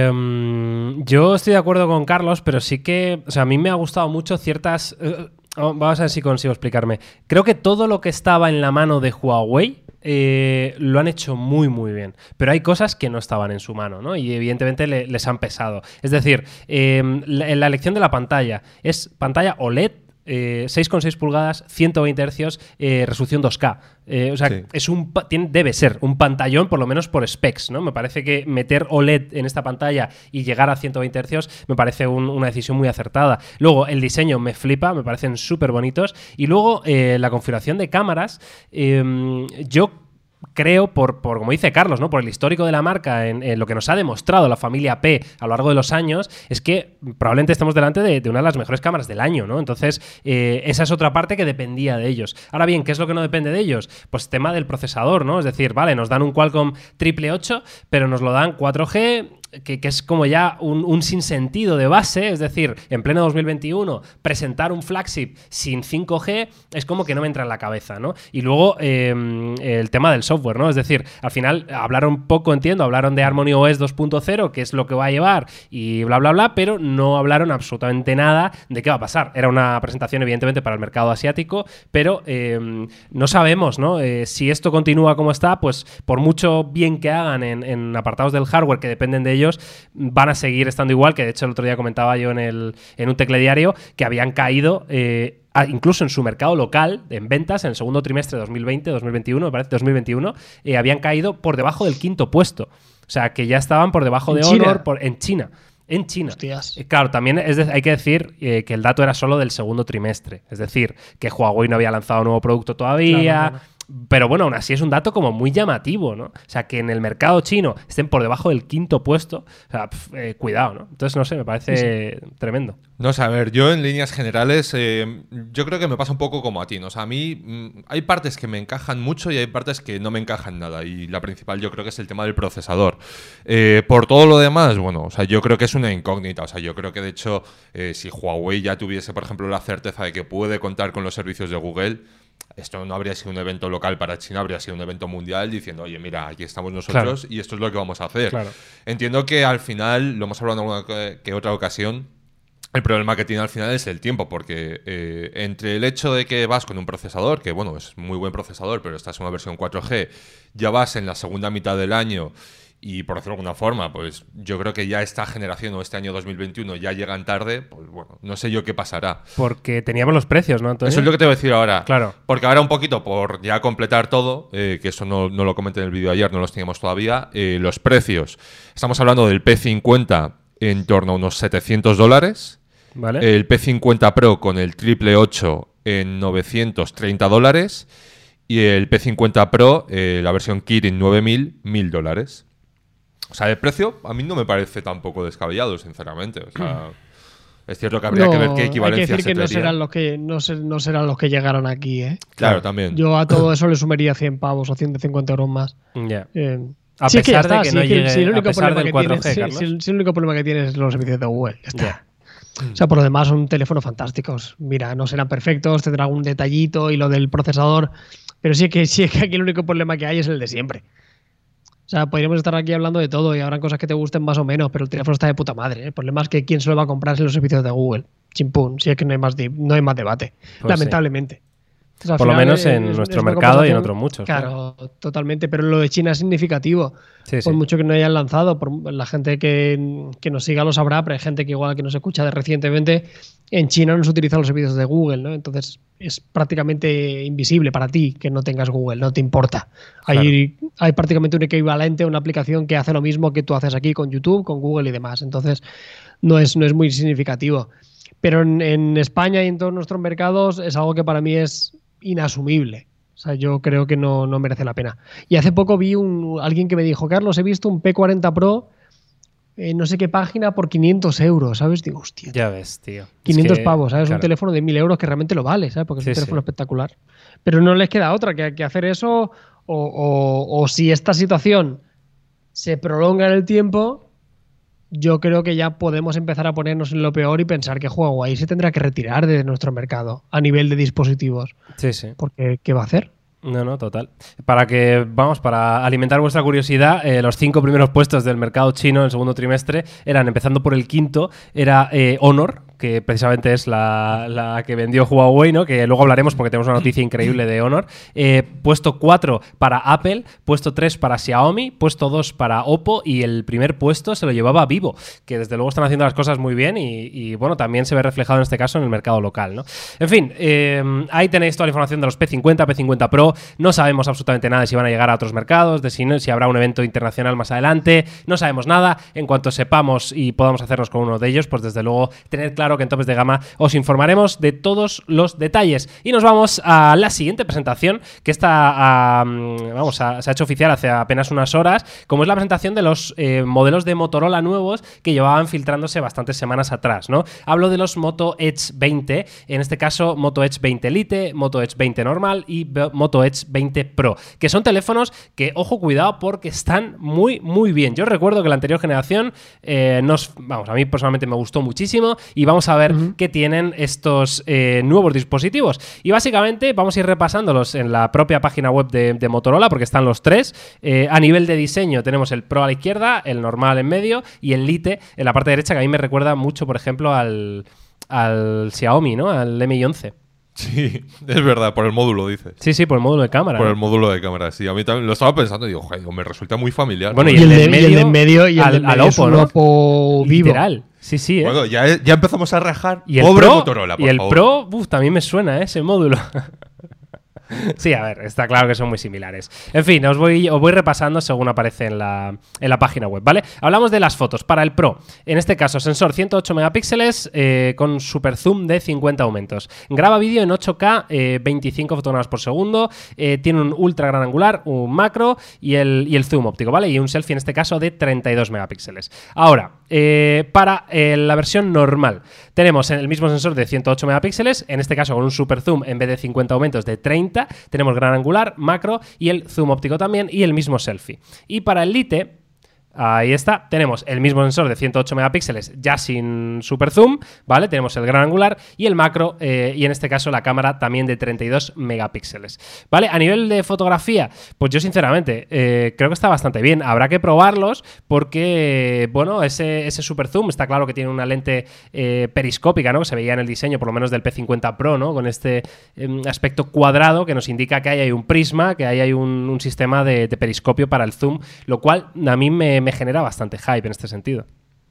yo estoy de acuerdo con Carlos, pero sí que, o sea, a mí me ha gustado mucho ciertas... vamos a ver si consigo explicarme. Creo que todo lo que estaba en la mano de Huawei lo han hecho muy bien, pero hay cosas que no estaban en su mano, ¿no? Y evidentemente les han pesado. Es decir, la elección de la pantalla es pantalla OLED, 6,6 pulgadas, 120 Hz, resolución 2K. O sea, sí. Debe ser un pantallón, por lo menos por specs, ¿no? Me parece que meter OLED en esta pantalla y llegar a 120 Hz me parece una decisión muy acertada. Luego, el diseño me flipa, me parecen súper bonitos. Y luego, la configuración de cámaras, yo creo, como dice Carlos, ¿no? Por el histórico de la marca, en lo que nos ha demostrado la familia P a lo largo de los años, es que probablemente estemos delante de una de las mejores cámaras del año, ¿no? Entonces, esa es otra parte que dependía de ellos. Ahora bien, ¿qué es lo que no depende de ellos? Pues tema del procesador, ¿no? Es decir, vale, nos dan un Qualcomm 888, pero nos lo dan 4G, que es como ya un sinsentido de base. Es decir, en pleno 2021 presentar un flagship sin 5G es como que no me entra en la cabeza, ¿no? Y luego el tema del software, ¿no? Es decir, al final hablaron poco, hablaron de Harmony OS 2.0, que es lo que va a llevar y bla bla bla, pero no hablaron absolutamente nada de qué va a pasar. Era una presentación evidentemente para el mercado asiático, pero no sabemos, ¿no? Si esto continúa como está, pues por mucho bien que hagan en apartados del hardware que dependen de ellos, van a seguir estando igual, que de hecho el otro día comentaba yo en un teclediario que habían caído incluso en su mercado local, en ventas, en el segundo trimestre de 2020-2021, me parece 2021, habían caído por debajo del 5º puesto. O sea, que ya estaban por debajo de Honor en China. En China. Hostias. Claro, también hay que decir que el dato era solo del segundo trimestre. Es decir, que Huawei no había lanzado un nuevo producto todavía. Claro. Pero bueno, aún así es un dato como muy llamativo, ¿no? O sea, que en el mercado chino estén por debajo del 5º puesto. O sea, cuidado, ¿no? Entonces, no sé, me parece tremendo. No sé, a ver, yo en líneas generales, yo creo que me pasa un poco como a ti, ¿no? O sea, a mí hay partes que me encajan mucho y hay partes que no me encajan nada. Y la principal yo creo que es el tema del procesador. Por todo lo demás, bueno, o sea, yo creo que es una incógnita. O sea, yo creo que de hecho, si Huawei ya tuviese, por ejemplo, la certeza de que puede contar con los servicios de Google, esto no habría sido un evento local para China, habría sido un evento mundial diciendo, oye, mira, aquí estamos nosotros y esto es lo que vamos a hacer. Claro. Entiendo que al final, lo hemos hablado en alguna que otra ocasión, el problema que tiene al final es el tiempo, porque entre el hecho de que vas con un procesador, que bueno, es muy buen procesador, pero esta es una versión 4G, ya vas en la segunda mitad del año y por decirlo de alguna forma, pues yo creo que ya esta generación o este año 2021 ya llegan tarde, pues bueno, no sé yo qué pasará. Porque teníamos los precios, ¿no, Antonio? Eso es lo que te voy a decir ahora. Claro. Porque ahora un poquito, por ya completar todo, que eso no lo comenté en el vídeo ayer, no los teníamos todavía, los precios. Estamos hablando del P50 en torno a unos $700. ¿Vale? El P50 Pro con el 888 en $930. Y el P50 Pro, la versión Kirin 9000, $1000. O sea, el precio a mí no me parece tampoco descabellado, sinceramente. O sea, es cierto que habría que ver qué equivalencia hay que decir que no serán los que llegaron aquí, ¿eh? Claro, también. Yo a todo eso le sumaría 100 pavos o 150 euros más. Ya. A pesar de que no llegue, a pesar del 4G, Carlos. Si el único problema que tienes es los servicios de Google. Ya está. O sea, por lo demás son teléfonos fantásticos. Mira, no serán perfectos, tendrán algún detallito y lo del procesador, pero sí que aquí el único problema que hay es el de siempre. O sea, podríamos estar aquí hablando de todo y habrán cosas que te gusten más o menos, pero el teléfono está de puta madre. El problema es que quién se lo va a comprar en los servicios de Google. Chimpún, si es que no hay más debate. Pues lamentablemente. Sí. Por lo menos en nuestro mercado y en otros muchos. Claro, totalmente. Pero lo de China es significativo. Sí, por mucho que no hayan lanzado, por la gente que nos siga lo sabrá, pero hay gente que igual que nos escucha de recientemente, en China no se utilizan los servicios de Google, ¿no? Entonces es prácticamente invisible para ti que no tengas Google, no te importa. Claro. Hay prácticamente un equivalente, una aplicación que hace lo mismo que tú haces aquí con YouTube, con Google y demás. Entonces no es muy significativo. Pero en España y en todos nuestros mercados es algo que para mí es inasumible. O sea, yo creo que no merece la pena. Y hace poco vi alguien que me dijo, Carlos, he visto un P40 Pro en no sé qué página por 500 euros, ¿sabes? Digo, hostia. Ya ves, tío. 500 pavos, ¿sabes? Claro. Un teléfono de 1000 euros que realmente lo vale, ¿sabes? Porque es un teléfono espectacular. Pero no les queda otra que hacer eso o si esta situación se prolonga en el tiempo, yo creo que ya podemos empezar a ponernos en lo peor y pensar que Huawei se tendrá que retirar de nuestro mercado a nivel de dispositivos. Sí, sí. Porque, ¿qué va a hacer? No, total. Para alimentar vuestra curiosidad, los 5 primeros puestos del mercado chino en el segundo trimestre eran, empezando por el quinto, era Honor, que precisamente es la que vendió Huawei, ¿no? Que luego hablaremos porque tenemos una noticia increíble de Honor. Puesto 4 para Apple, puesto 3 para Xiaomi, puesto 2 para Oppo y el primer puesto se lo llevaba Vivo, que desde luego están haciendo las cosas muy bien y bueno, también se ve reflejado en este caso en el mercado local, ¿no? En fin, ahí tenéis toda la información de los P50, P50 Pro. No sabemos absolutamente nada de si van a llegar a otros mercados, de si habrá un evento internacional más adelante. No sabemos nada. En cuanto sepamos y podamos hacernos con uno de ellos, pues desde luego tened claro que en Topes de Gama os informaremos de todos los detalles. Y nos vamos a la siguiente presentación, que se ha hecho oficial hace apenas unas horas, como es la presentación de los modelos de Motorola nuevos que llevaban filtrándose bastantes semanas atrás, ¿no? Hablo de los Moto Edge 20, en este caso Moto Edge 20 Lite, Moto Edge 20 normal y Moto Edge 20 Pro, que son teléfonos que, ojo, cuidado, porque están muy, muy bien. Yo recuerdo que la anterior generación a mí personalmente me gustó muchísimo y vamos a ver qué tienen estos nuevos dispositivos. Y básicamente vamos a ir repasándolos en la propia página web de Motorola, porque están los tres. A nivel de diseño tenemos el Pro a la izquierda, el normal en medio y el Lite en la parte derecha, que a mí me recuerda mucho, por ejemplo, al Xiaomi, ¿no? Al Mi 11. Sí, es verdad, por el módulo, dices. Sí, por el módulo de cámara. Por ¿no? el módulo de cámara, sí. A mí también lo estaba pensando y digo, joder, me resulta muy familiar. Bueno, y el de en medio al es Oppo, un ¿no? Oppo Vivo. Literal. Sí, ¿eh? Bueno, ya empezamos a rajar. Y el Pobre Pro, Motorola, por y el favor. Pro, también me suena ese módulo. Sí, a ver, está claro que son muy similares. En fin, os voy repasando según aparece en la página web, ¿vale? Hablamos de las fotos. Para el Pro, en este caso, sensor 108 megapíxeles con super zoom de 50 aumentos. Graba vídeo en 8K, 25 fotogramas por segundo. Tiene un ultra gran angular, un macro y el zoom óptico, ¿vale? Y un selfie en este caso de 32 megapíxeles. Ahora, para la versión normal, tenemos el mismo sensor de 108 megapíxeles, en este caso con un super zoom en vez de 50 aumentos de 30, tenemos gran angular, macro y el zoom óptico también y el mismo selfie. Y para el Lite, ahí está, tenemos el mismo sensor de 108 megapíxeles ya sin super zoom, ¿vale? Tenemos el gran angular y el macro y en este caso la cámara también de 32 megapíxeles, ¿vale? A nivel de fotografía, pues yo sinceramente creo que está bastante bien. Habrá que probarlos porque, bueno, ese super zoom está claro que tiene una lente periscópica, ¿no? Que se veía en el diseño, por lo menos del P50 Pro, ¿no? Con este aspecto cuadrado que nos indica que ahí hay un prisma, que ahí hay un sistema de periscopio para el zoom, lo cual a mí me genera bastante hype en este sentido.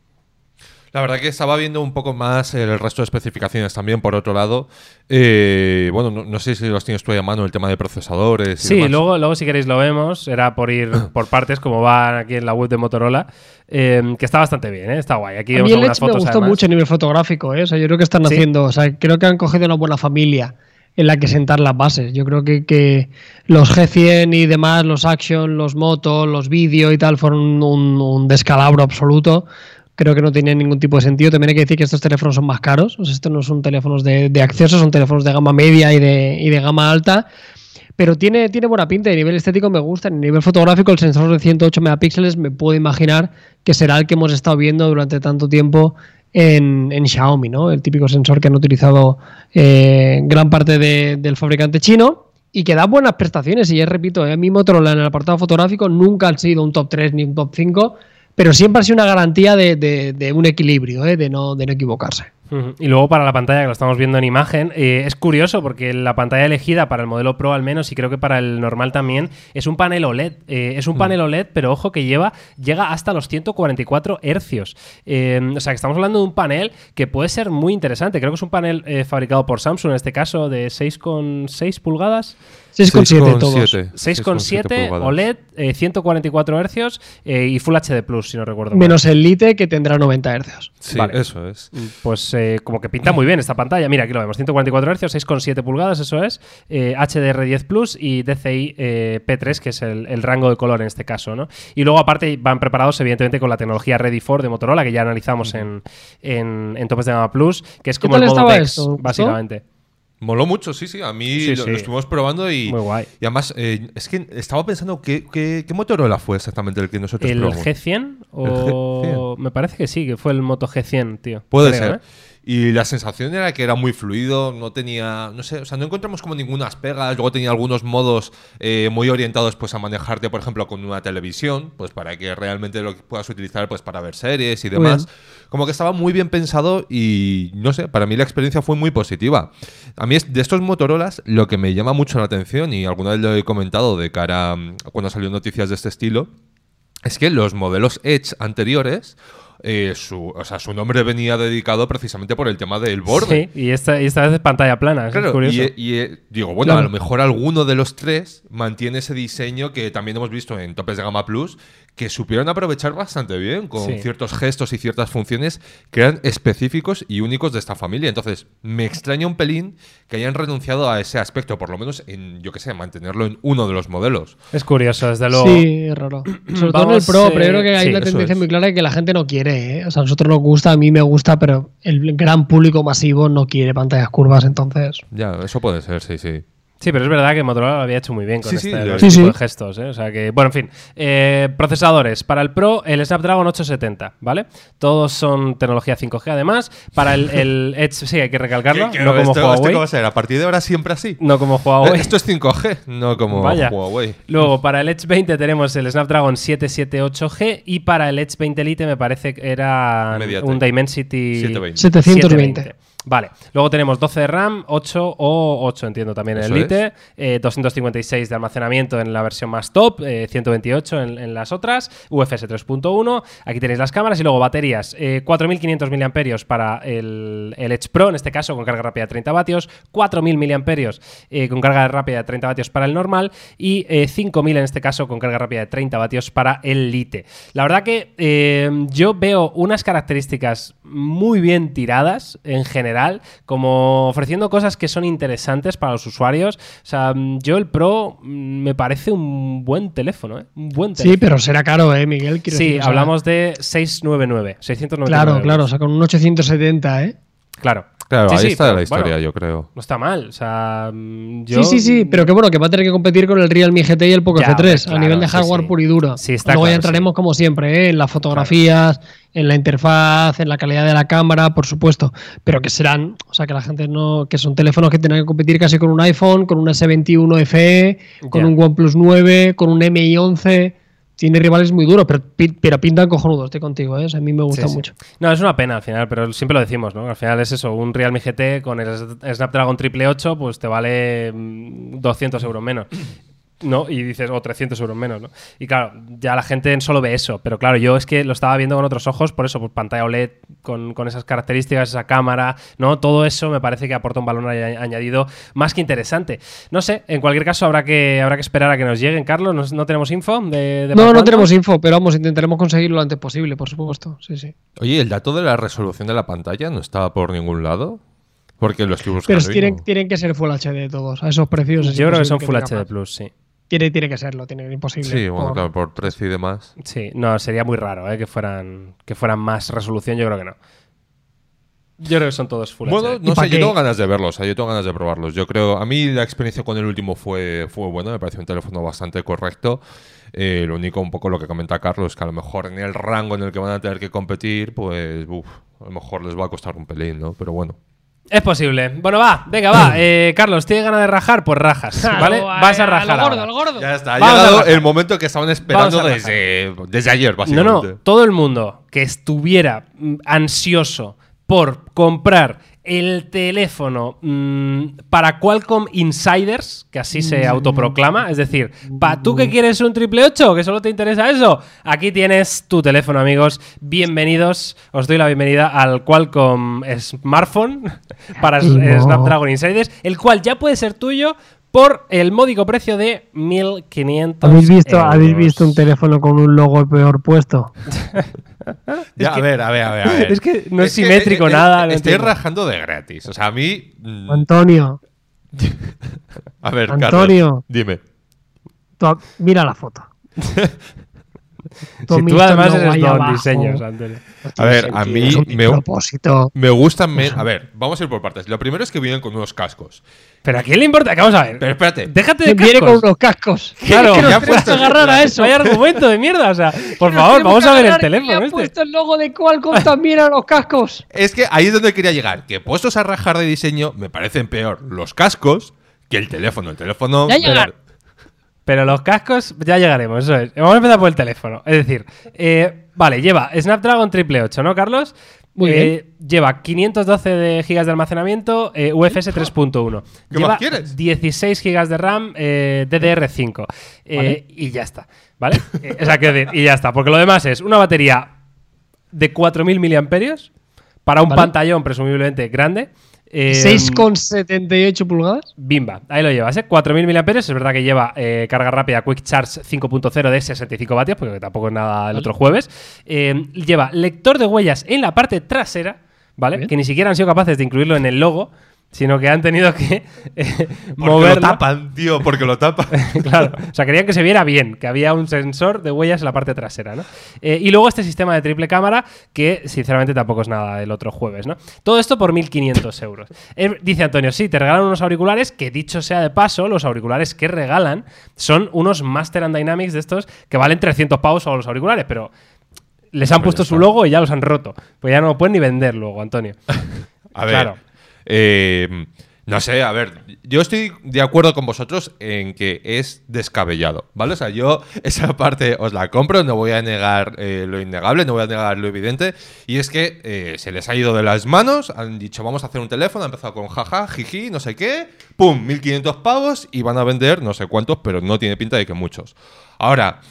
La verdad que estaba viendo un poco más el resto de especificaciones también, por otro lado. Bueno, no sé si los tienes tú ahí a mano, el tema de procesadores y sí, demás. luego si queréis lo vemos. Era por ir por partes, como va aquí en la web de Motorola, que está bastante bien, ¿eh? Está guay. Aquí a mí vemos el algunas Edge me fotos, gustó además. mucho a nivel fotográfico, ¿eh? O sea, yo creo que están haciendo, o sea, creo que han cogido una buena familia en la que sentar las bases. Yo creo que los G100 y demás, los Action, los Moto, los Video y tal, fueron un descalabro absoluto. Creo que no tiene ningún tipo de sentido. También hay que decir que estos teléfonos son más caros. O sea, estos no son teléfonos de acceso, son teléfonos de gama media y de gama alta. Pero tiene buena pinta y a nivel estético me gusta. A nivel fotográfico, el sensor de 108 megapíxeles me puedo imaginar que será el que hemos estado viendo durante tanto tiempo en Xiaomi, ¿no? El típico sensor que han utilizado gran parte del fabricante chino y que da buenas prestaciones. Y ya repito, a mí Motorola en el apartado fotográfico nunca han sido un top 3 ni un top 5, pero siempre ha sido una garantía de un equilibrio, de no equivocarse. Y luego para la pantalla, que lo estamos viendo en imagen, es curioso porque la pantalla elegida para el modelo Pro al menos, y creo que para el normal también, es un panel OLED. Es un panel OLED, pero ojo que llega hasta los 144 hercios. O sea que estamos hablando de un panel que puede ser muy interesante. Creo que es un panel fabricado por Samsung, en este caso de 6,6 pulgadas. 6,7 todos. 6,7 OLED, 144 hercios y Full HD Plus, si no recuerdo mal. Menos el Lite, que tendrá 90 hercios. Sí, vale. Eso es. Pues como que pinta muy bien esta pantalla. Mira, aquí lo vemos, 144 Hz, 6,7 pulgadas, eso es, HDR10 Plus y DCI P3, que es el rango de color en este caso, ¿no? Y luego aparte van preparados evidentemente con la tecnología Ready for de Motorola, que ya analizamos en Topes de Gama Plus, que es como el modo DeX, básicamente. Moló mucho, sí. A mí Sí. lo estuvimos probando y, muy guay. Y además, es que estaba pensando ¿qué Motorola fue exactamente el que nosotros ¿El probamos? G100? O G100. me parece que sí, que fue el Moto G100, tío. Puede Creo, ser. ¿eh? Y la sensación era que era muy fluido, no tenía, no sé, o sea, no encontramos como ningunas pegas. Luego tenía algunos modos muy orientados pues a manejarte, por ejemplo, con una televisión, pues para que realmente lo puedas utilizar pues para ver series y demás. Como que estaba muy bien pensado y, no sé, para mí la experiencia fue muy positiva. A mí de estos Motorolas lo que me llama mucho la atención, y alguna vez lo he comentado de cara a cuando salieron noticias de este estilo, es que los modelos Edge anteriores, su nombre venía dedicado precisamente por el tema del borde. Sí, y esta vez es pantalla plana, Claro, es curioso. Digo, bueno, a lo mejor alguno de los tres mantiene ese diseño que también hemos visto en Topes de Gama Plus, que supieron aprovechar bastante bien con ciertos gestos y ciertas funciones que eran específicos y únicos de esta familia. Entonces, me extraña un pelín que hayan renunciado a ese aspecto, por lo menos en, yo qué sé, mantenerlo en uno de los modelos. Es curioso, desde luego. Sí, es raro. Sobre todo en el Pro, pero yo creo que hay una tendencia muy clara de que la gente no quiere, ¿eh? O sea, a nosotros nos gusta, a mí me gusta, pero el gran público masivo no quiere pantallas curvas, entonces. Ya, eso puede ser, sí. Sí, pero es verdad que Motorola lo había hecho muy bien con este tipo de gestos, ¿eh? O sea que, bueno, en fin. Procesadores. Para el Pro, el Snapdragon 870, ¿vale? Todos son tecnología 5G, además. Para el Edge, sí, hay que recalcarlo. No como Huawei. ¿Esto cómo será? ¿A partir de ahora siempre así? No como Huawei. Esto es 5G, no como Huawei. Luego, para el Edge 20 tenemos el Snapdragon 778G y para el Edge 20 Lite me parece que era Mediatek. un Dimensity 720. Vale, luego tenemos 12 de RAM, 8 o 8 entiendo también en el Lite, 256 de almacenamiento en la versión más top, 128 en las otras, UFS 3.1, aquí tenéis las cámaras y luego baterías, 4.500 mAh para el Edge Pro, en este caso con carga rápida de 30 vatios, 4.000 mAh con carga rápida de 30 vatios para el normal y 5.000 en este caso con carga rápida de 30 vatios para el Lite. La verdad que yo veo unas características muy bien tiradas en general, como ofreciendo cosas que son interesantes para los usuarios. O sea, yo el Pro me parece un buen teléfono, ¿eh? Un buen teléfono. Sí, pero será caro, Miguel. Sí, decir, hablamos de 699. Claro, o sea, con un 870, ¿eh? Claro. Claro, ahí está la historia, yo creo. No está mal, o sea, yo... Sí, pero que bueno, que va a tener que competir con el Realme GT y el Poco F3 a nivel de hardware puro y duro. Sí, está Luego claro, ya entraremos como siempre, en las fotografías, en la interfaz, en la calidad de la cámara, por supuesto, pero que serán, o sea, que la gente no, que son teléfonos que tendrán que competir casi con un iPhone, con un S21 FE, con un OnePlus 9, con un MI 11. Tiene rivales muy duros, pero pintan cojonudos, estoy contigo, ¿eh? O sea, a mí me gusta mucho. No, es una pena al final, pero siempre lo decimos, ¿no? Al final es eso, un Realme GT con el Snapdragon 888, pues te vale 200 euros menos. ¿No? Y dices, 300 euros menos, ¿no? Y claro, ya la gente solo ve eso, pero claro, yo es que lo estaba viendo con otros ojos, por eso, por pantalla OLED, con esas características, esa cámara, ¿no? Todo eso me parece que aporta un valor añadido más que interesante. No sé, en cualquier caso habrá que esperar a que nos lleguen, Carlos. ¿No tenemos info? No tenemos info, pero vamos, intentaremos conseguirlo lo antes posible, por supuesto. Sí. Oye, ¿el dato de la resolución de la pantalla no estaba por ningún lado? Porque lo estoy buscando. Pero tienen que ser Full HD todos, a esos precios. Yo creo que son Full HD Plus, sí. Tiene que serlo, tiene que ser imposible. Sí, bueno, claro, por precio y demás. Sí, no, sería muy raro que fueran más resolución, yo creo que no. Yo creo que son todos Full HD. Bueno, no sé, yo tengo ganas de verlos, yo tengo ganas de probarlos. Yo creo, a mí la experiencia con el último fue buena, me pareció un teléfono bastante correcto. Lo único, un poco lo que comenta Carlos, que a lo mejor en el rango en el que van a tener que competir, pues, a lo mejor les va a costar un pelín, ¿no? Pero bueno. Es posible. Bueno, venga, va. Carlos, ¿tienes ganas de rajar? Pues rajas, ¿vale? Vas a rajar. Al gordo. Ya está, ha llegado el momento que estaban esperando desde ayer, básicamente. No, todo el mundo que estuviera ansioso por comprar el teléfono para Qualcomm Insiders, que así se autoproclama, es decir, ¿tú que quieres un 888? ¿Que solo te interesa eso? Aquí tienes tu teléfono, amigos. Bienvenidos, os doy la bienvenida al Qualcomm Smartphone para Snapdragon Insiders, el cual ya puede ser tuyo por el módico precio de 1.500 euros. ¿Habéis visto un teléfono con un logo peor puesto? Ya, a ver. Es que no es simétrico nada. Estoy rajando de gratis. O sea, a mí... Antonio. A ver, Antonio. Carlos, dime. Mira la foto. Si tú además eres don diseños, Antonio. A ver, a mí me gustan... A ver, vamos a ir por partes. Lo primero es que vienen con unos cascos. ¿Pero a quién le importa? Que vamos a ver. Pero espérate. Déjate de cascos. Viene con unos cascos. Claro, que nos puesto a agarrar a eso. Vaya argumento de mierda. O sea, por favor, vamos a ver el teléfono. Ha puesto el logo de Qualcomm también a los cascos. Es que ahí es donde quería llegar. Que puestos a rajar de diseño, me parecen peor los cascos que el teléfono. El teléfono... Pero los cascos, ya llegaremos, eso es. Vamos a empezar por el teléfono. Es decir, vale, lleva Snapdragon 888, ¿no, Carlos? Muy bien. Lleva 512 de GB de almacenamiento, UFS 3.1. ¿Qué lleva más quieres? 16 GB de RAM, DDR5. Vale. Y ya está, ¿vale? O sea, quiero decir, y ya está. Porque lo demás es una batería de 4.000 mAh para un pantallón presumiblemente grande. 6,78 pulgadas. Bimba, ahí lo llevas, 4.000 mAh. Es verdad que lleva carga rápida Quick Charge 5.0 de 65 vatios, porque tampoco es nada el otro jueves. Lleva lector de huellas en la parte trasera, ¿vale? Bien. Que ni siquiera han sido capaces de incluirlo en el logo, sino que han tenido que moverlo. Lo tapan, tío, porque lo tapan. Claro, o sea, querían que se viera bien, que había un sensor de huellas en la parte trasera, ¿no? Y luego este sistema de triple cámara, que sinceramente tampoco es nada del otro jueves, ¿no? Todo esto por 1.500 euros. Dice Antonio, sí, te regalan unos auriculares, que dicho sea de paso, los auriculares que regalan son unos Master and Dynamics de estos que valen 300 pavos a los auriculares, pero les han puesto su logo y ya los han roto. Pues ya no lo pueden ni vender luego, Antonio. A ver. Claro. No sé, a ver, yo estoy de acuerdo con vosotros en que es descabellado, ¿vale? O sea, yo esa parte os la compro, no voy a negar lo innegable, no voy a negar lo evidente, y es que se les ha ido de las manos, han dicho vamos a hacer un teléfono, han empezado con jaja, jiji, no sé qué, pum, 1.500 pavos y van a vender no sé cuántos, pero no tiene pinta de que muchos. Ahora,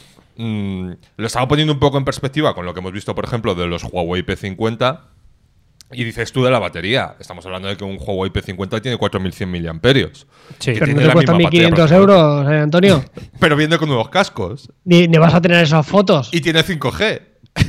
lo estaba poniendo un poco en perspectiva con lo que hemos visto, por ejemplo, de los Huawei P50. Y dices tú de la batería. Estamos hablando de que un Huawei P50 tiene 4.100 miliamperios. Sí. Pero no te cuesta 1.500 euros, Antonio. Pero viene con nuevos cascos. Ni vas a tener esas fotos. Y tiene 5G.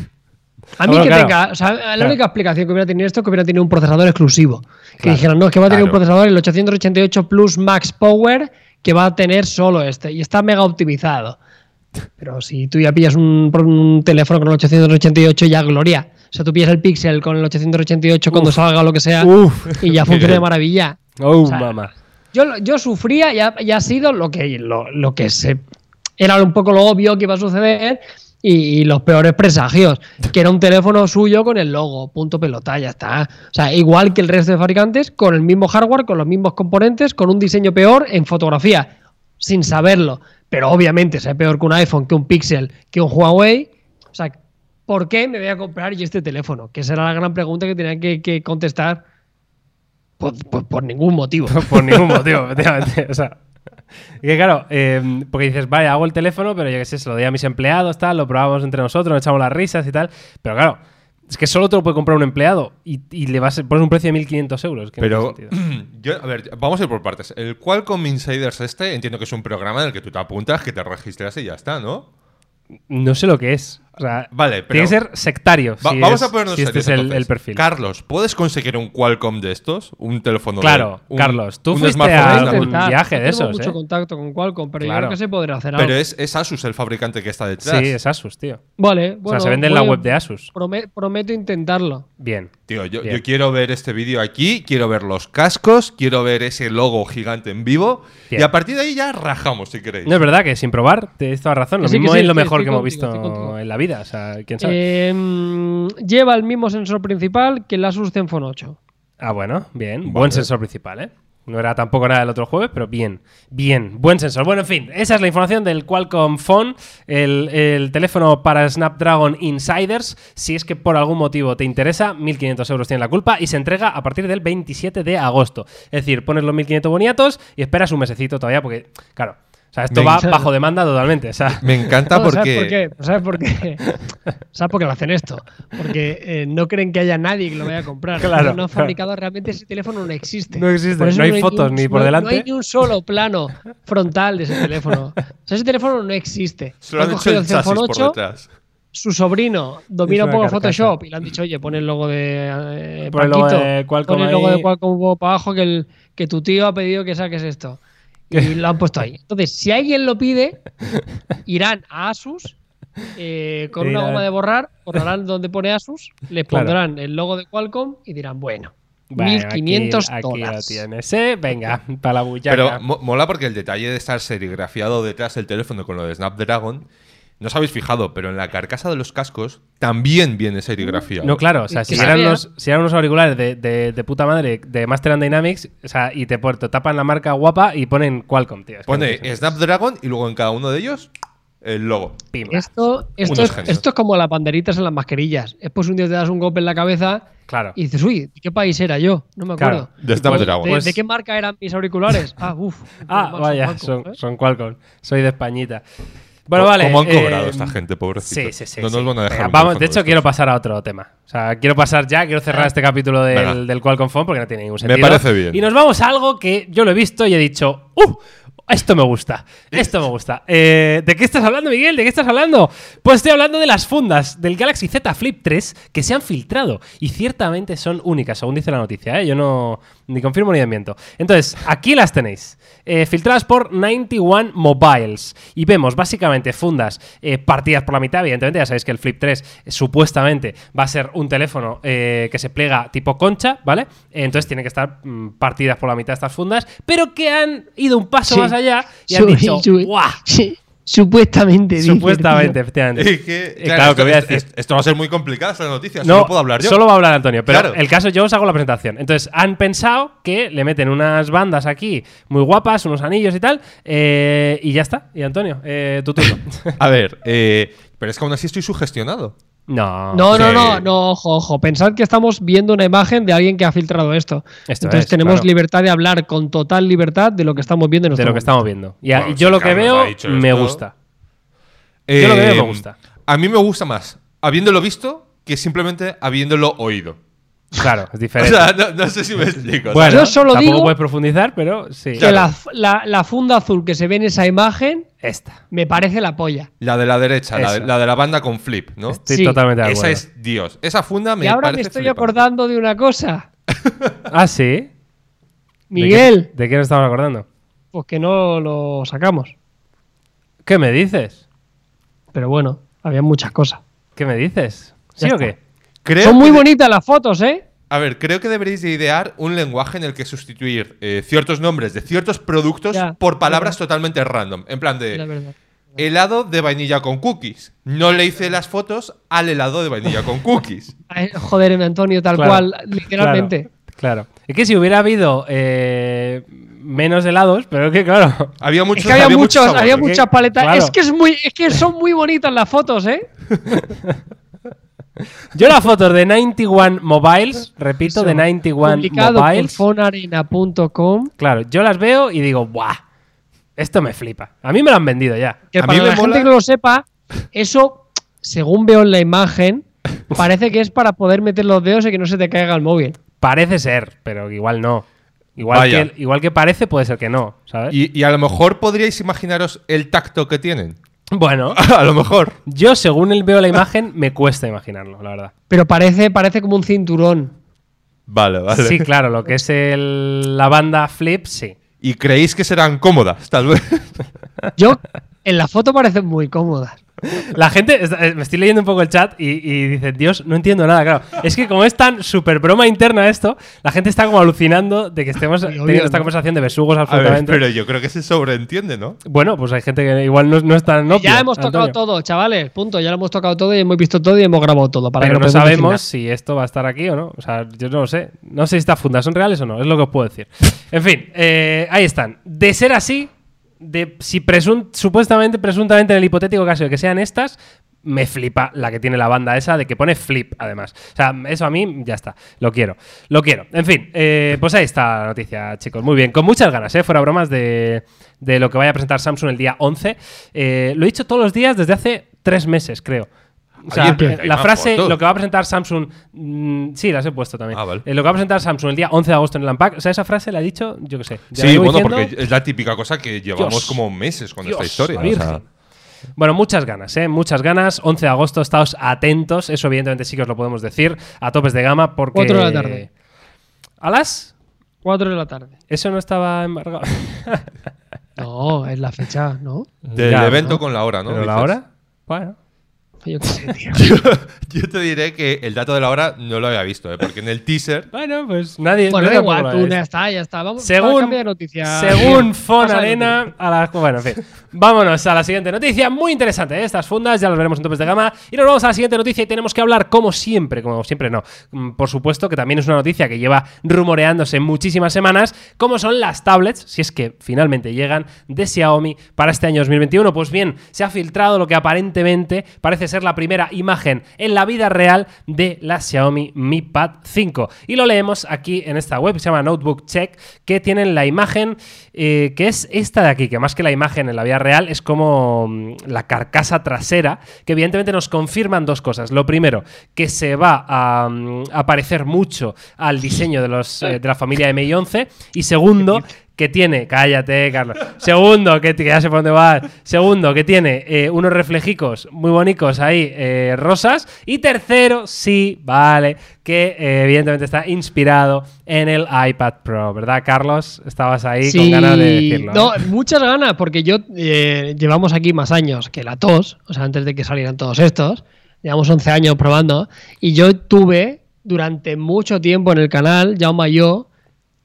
A mí Bueno, que claro. tenga, o sea, la única explicación que hubiera tenido esto es que hubiera tenido un procesador exclusivo. Que Claro. dijeran, no, es que va a tener un Claro. procesador, el 888 Plus Max Power, que va a tener solo este. Y está mega optimizado. Pero si tú ya pillas un teléfono con el 888, ya gloria. O sea, tú pillas el Pixel con el 888 cuando salga o lo que sea y ya funciona de maravilla. Oh, O sea, mamá. Yo sufría y ha sido lo que se era un poco lo obvio que iba a suceder y los peores presagios, que era un teléfono suyo con el logo, punto pelota, ya está. O sea, igual que el resto de fabricantes, con el mismo hardware, con los mismos componentes, con un diseño peor en fotografía, sin saberlo. Pero obviamente sea peor que un iPhone, que un Pixel, que un Huawei. O sea, ¿por qué me voy a comprar yo este teléfono? Que esa era la gran pregunta que tenía que contestar. Pues por ningún motivo. Por ningún motivo, efectivamente. O sea, que claro, porque dices, vale, hago el teléfono, pero yo qué sé, se lo doy a mis empleados, tal, lo probamos entre nosotros, nos echamos las risas y tal. Pero claro, es que solo te lo puede comprar un empleado y le vas a poner un precio de 1.500 euros. Que Pero, no tiene sentido. a ver, vamos a ir por partes. El Qualcomm Insiders entiendo que es un programa en el que tú te apuntas, que te registras y ya está, ¿no? No sé lo que es. O sea, Vale, pero tiene que ser sectario. vamos a ponernos si este serios, es entonces. el perfil. Carlos, ¿puedes conseguir un Qualcomm de estos? Un teléfono Claro, de, Carlos, tú un fuiste smartphone a de algún Snapdragon. viaje de No tengo esos, mucho ¿eh? contacto con Qualcomm, pero Claro. yo creo que se podrá hacer algo. Pero es Asus el fabricante que está detrás. Sí, es Asus, tío. Vale, O sea, bueno. se vende en la web de Asus. Prometo intentarlo. Bien. Tío, yo Bien. quiero ver este vídeo aquí, quiero ver los cascos, quiero ver ese logo gigante en vivo. Bien. Y a partir de ahí ya rajamos, si queréis. No es verdad que sin probar, tienes toda razón. Lo Que sí, mismo que sí, es lo estoy- mejor estoy que hemos contigo, estoy visto contigo. en la vida. O sea, quién sabe. Lleva el mismo sensor principal que el Asus Zenfone 8. Ah, bueno, bien. Vale. Buen sensor principal, ¿eh? No era tampoco nada del otro jueves, pero bien. Bien, buen sensor. Bueno, en fin, esa es la información del Qualcomm Phone, el teléfono para Snapdragon Insiders. Si es que por algún motivo te interesa, 1.500 euros tiene la culpa y se entrega a partir del 27 de agosto. Es decir, pones los 1.500 boniatos y esperas un mesecito todavía porque, claro, o sea, esto Me va encanta. bajo demanda totalmente. O sea, Me encanta No, porque... ¿Sabes por qué? ¿Sabes por qué lo hacen esto? Porque no creen que haya nadie que lo vaya a comprar. Claro, No han claro. fabricado realmente ese teléfono, no existe. No existe, Por eso no hay fotos ni por delante. No hay ni un solo plano frontal de ese teléfono. O sea, ese teléfono no existe. Solo han Han hecho cogido el el chasis Zenfone por 8, detrás. su sobrino domina Es un poco una carcasa. Photoshop y le han dicho, oye, pon el logo de Pon el logo Paquito, de Qualcomm pon el logo ahí. de Qualcomm un poco para abajo que tu tío ha pedido que saques esto. Y lo han puesto ahí. Entonces, si alguien lo pide, irán a Asus con una Dirán- goma de borrarán donde pone Asus, les Claro. pondrán el logo de Qualcomm y dirán, bueno, bueno, 1.500 aquí lo dólares. tienes, ¿eh? Venga, para la bullaca. Pero mola porque el detalle de estar serigrafiado detrás del teléfono con lo de Snapdragon, no os habéis fijado, pero en la carcasa de los cascos también viene serigrafiado. No, claro, o sea, Que si se eran, vea. si eran unos auriculares de puta madre de Master and Dynamics, o sea, y te tapan la marca guapa y ponen Qualcomm, tío. Es que Pone no sé. Snapdragon y luego en cada uno de ellos el logo. Pimba. Esto Unos es, genios. esto es como las banderitas en las mascarillas. Es pues un día te das un golpe en la cabeza Claro. y dices, uy, ¿de qué país era yo? No me Claro. acuerdo. De Snapdragon. ¿De, Pues- de qué marca eran mis auriculares? Ah, son vaya, Qualcomm, ¿eh? son Qualcomm. Soy de Españita. Bueno, vale. ¿Cómo han cobrado esta gente, pobrecito? Sí. No nos van a dejar. Venga, un vamos, teléfono de hecho, estos. quiero pasar a otro tema. O sea, quiero pasar ya, quiero cerrar este capítulo Venga. del Qualcomm Phone porque no tiene ningún Me sentido. parece bien. Y nos vamos a algo que yo lo he visto y he dicho, esto me gusta, esto me gusta. ¿De qué estás hablando, Miguel? ¿De qué estás hablando? Pues estoy hablando de las fundas del Galaxy Z Flip 3 que se han filtrado y ciertamente son únicas, según dice la noticia, ¿eh? Yo no ni confirmo ni desmiento. Entonces, aquí las tenéis, filtradas por 91 Mobiles y vemos básicamente fundas partidas por la mitad. Evidentemente, ya sabéis que el Flip 3 supuestamente va a ser un teléfono que se plega tipo concha, ¿vale? Entonces tienen que estar partidas por la mitad estas fundas, pero que han ido un paso Sí. más allá y Sí, han dicho, sí. ¡guau! Sí. Supuestamente, dice, Supuestamente, tío. efectivamente. Es que, Claro, que voy a decir. Esto va a ser muy complicada esta noticia. No, Solo puedo hablar yo. Solo va a hablar Antonio. Pero Claro. el caso, yo os hago la presentación. Entonces, han pensado que le meten unas bandas aquí muy guapas, unos anillos y tal, y ya está. Y Antonio, tu turno. A ver, pero es que aún así estoy sugestionado. No. No, Sí. ojo. Pensad que estamos viendo una imagen de alguien que ha filtrado esto. Esto Entonces es, tenemos claro. libertad de hablar con total libertad de lo que estamos viendo en De nuestro lo que estamos viendo. Y Bueno, yo si lo que Carlos veo ha dicho me esto- gusta. Yo lo que veo me gusta. A mí me gusta más habiéndolo visto que simplemente habiéndolo oído. Claro, es O diferente. sea, no sé si me explico. Bueno, Yo solo tampoco digo- puedes profundizar, pero sí. Que la funda azul que se ve en esa imagen Esta. me parece la polla. La de la derecha, Esa. la de la banda con flip, ¿no? Estoy Sí. totalmente de acuerdo. Esa es Dios. Esa funda me Y ahora me parece estoy flipante. acordando de una cosa. Ah, sí. Miguel, ¿De qué nos estamos acordando? pues que no lo sacamos. ¿Qué me dices? Pero bueno, había muchas cosas. ¿Qué me dices? ¿Sí Ya o está. qué? Creo Son muy que bonitas las fotos, ¿eh? A ver, creo que deberéis de idear un lenguaje en el que sustituir ciertos nombres de ciertos productos Ya, por palabras verdad. totalmente random. En plan La de verdad. helado de vainilla con cookies. No le hice las fotos al helado de vainilla con cookies. Ay, joder, Antonio, tal Claro, cual, literalmente. Claro. Es que si hubiera habido menos helados, pero es que claro. Había muchos, Es que había sabores. muchas paletas. Claro. Es que son muy bonitas las fotos, ¿eh? Yo las fotos de 91 Mobiles, repito, Eso, de 91 publicado por Mobiles, fonarena.com. claro, yo las veo y digo, ¡buah! Esto me flipa. A mí me lo han vendido ya. Que A para mí me la mola- gente que no lo sepa, eso, según veo en la imagen, parece que es para poder meter los dedos y que no se te caiga el móvil. Parece ser, pero igual no. Vaya. Igual que parece, puede ser que no, ¿sabes? Y a lo mejor podríais imaginaros el tacto que tienen. Bueno, A lo mejor. yo según veo la imagen, me cuesta imaginarlo, la verdad. Pero parece como un cinturón. Vale. Sí, claro, lo que es la banda Flip, sí. ¿Y creéis que serán cómodas, tal vez? Yo, en la foto parecen muy cómodas. La gente, me estoy leyendo un poco el chat y dice, Dios, no entiendo nada, claro. Es que como es tan súper broma interna esto, la gente está como alucinando de que estemos obvio, teniendo esta ¿no? conversación de besugos A ver, absolutamente. pero yo creo que se sobreentiende, ¿no? Bueno, pues hay gente que igual no es tan obvio. Ya hemos tocado Antonio. todo, chavales. Punto. Ya lo hemos tocado todo y hemos visto todo y hemos grabado todo. Para Pero que no podamos sabemos decir si esto va a estar aquí o no. O sea, yo no lo sé. No sé si estas fundas son reales o no. Es lo que os puedo decir. En fin, ahí están. De ser así, de si supuestamente, presuntamente en el hipotético caso de que sean estas, me flipa la que tiene la banda esa de que pone flip, además. O sea, eso a mí ya está. Lo quiero. En fin, pues ahí está la noticia, chicos. Muy bien. Con muchas ganas, fuera bromas, de lo que vaya a presentar Samsung el día 11. Lo he dicho todos los días desde hace 3 meses, creo. O sea, Oye, pero hay la más frase, fotos. lo que va a presentar Samsung. Sí, las he puesto también. Ah, vale. Lo que va a presentar Samsung el día 11 de agosto en el Unpack. O sea, esa frase la he dicho, yo qué sé. ya la Sí, llevo bueno, diciendo. porque es la típica cosa que llevamos Dios. como meses con esta Dios, historia. la o sea. Virgen. Bueno, muchas ganas, muchas ganas. 11 de agosto, estáos atentos. Eso, evidentemente, sí que os lo podemos decir. A topes de gama, porque. 4 de la tarde. ¿A las? 4 de la tarde. Eso no estaba embargado. No, es la fecha, ¿no? Del Ya, evento ¿no? con la hora, ¿no? ¿Pero la Dices. hora? Bueno. Yo qué sé, tío. Yo te diré que el dato de la hora no lo había visto, porque en el teaser. Bueno, pues nadie. Bueno, yo da tampoco igual, lo tú había ya visto. está, ya está. Vamos Según, cambia de noticia. según Fon Pasa de Arena, noticia. a la, bueno, en fin. Vámonos a la siguiente noticia, muy interesante, estas fundas, ya las veremos en topes de gama. Y nos vamos a la siguiente noticia y tenemos que hablar, como siempre no. Por supuesto que también es una noticia que lleva rumoreándose muchísimas semanas, como son las tablets, si es que finalmente llegan, de Xiaomi para este año 2021. Pues bien, se ha filtrado lo que aparentemente parece ser la primera imagen en la vida real de la Xiaomi Mi Pad 5. Y lo leemos aquí en esta web, que se llama Notebook Check, que tienen la imagen que es esta de aquí, que más que la imagen en la vida real es como la carcasa trasera, que evidentemente nos confirman dos cosas. Lo primero, que se va a parecer mucho al diseño de la familia MI 11, y segundo, que tiene, cállate, Carlos. Segundo, que ya sé por dónde vas. Segundo, que tiene unos reflejicos muy bonitos ahí, rosas. Y tercero, sí, vale, que evidentemente está inspirado en el iPad Pro, ¿verdad, Carlos? Estabas ahí con ganas de decirlo. No, muchas ganas, porque yo llevamos aquí más años que la tos, o sea, antes de que salieran todos estos. Llevamos 11 años probando. Y yo tuve durante mucho tiempo en el canal, Jaume y yo,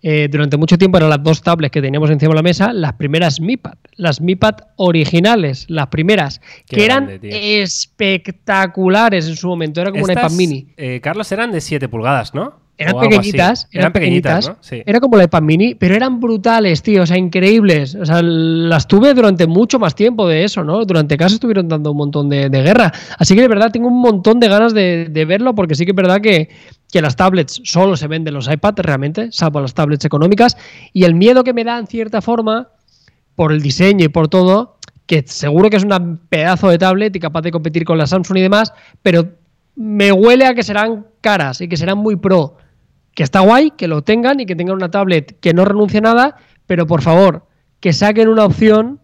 durante mucho tiempo eran las 2 tablets que teníamos encima de la mesa, las primeras Mi Pad, las Mi Pad originales, las primeras, Qué que grande, eran tío. espectaculares en su momento, era como un iPad mini. Carlos, eran de 7 pulgadas, ¿no? Eran O algo así. pequeñitas, Eran pequeñitas, ¿no? Sí. Era como la iPad mini, pero eran brutales, tío, o sea, increíbles. O sea, las tuve durante mucho más tiempo de eso, ¿no? Durante casa estuvieron dando un montón de guerra. Así que de verdad tengo un montón de ganas de verlo, porque sí que es verdad que las tablets solo se venden los iPads realmente, salvo las tablets económicas. Y el miedo que me da en cierta forma, por el diseño y por todo, que seguro que es un pedazo de tablet y capaz de competir con la Samsung y demás, pero me huele a que serán caras y que serán muy pro. Que está guay, que lo tengan y que tengan una tablet que no renuncie a nada, pero por favor, que saquen una opción,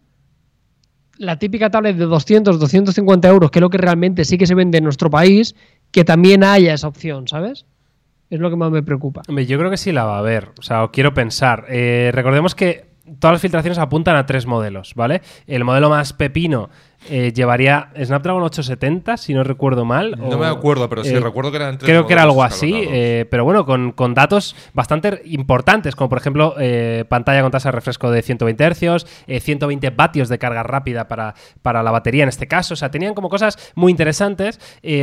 la típica tablet de 200, 250 euros, que es lo que realmente sí que se vende en nuestro país, que también haya esa opción, ¿sabes? Es lo que más me preocupa. Hombre, yo creo que sí la va a haber. O sea, quiero pensar. Recordemos que todas las filtraciones apuntan a 3 modelos, ¿vale? El modelo más pepino llevaría Snapdragon 870, si no recuerdo mal. No me acuerdo, pero sí, recuerdo que eran 3 creo que era algo modelos así, escalonados. pero bueno, con datos bastante importantes, como por ejemplo pantalla con tasa de refresco de 120 Hz, 120 vatios de carga rápida para la batería en este caso. O sea, tenían como cosas muy interesantes,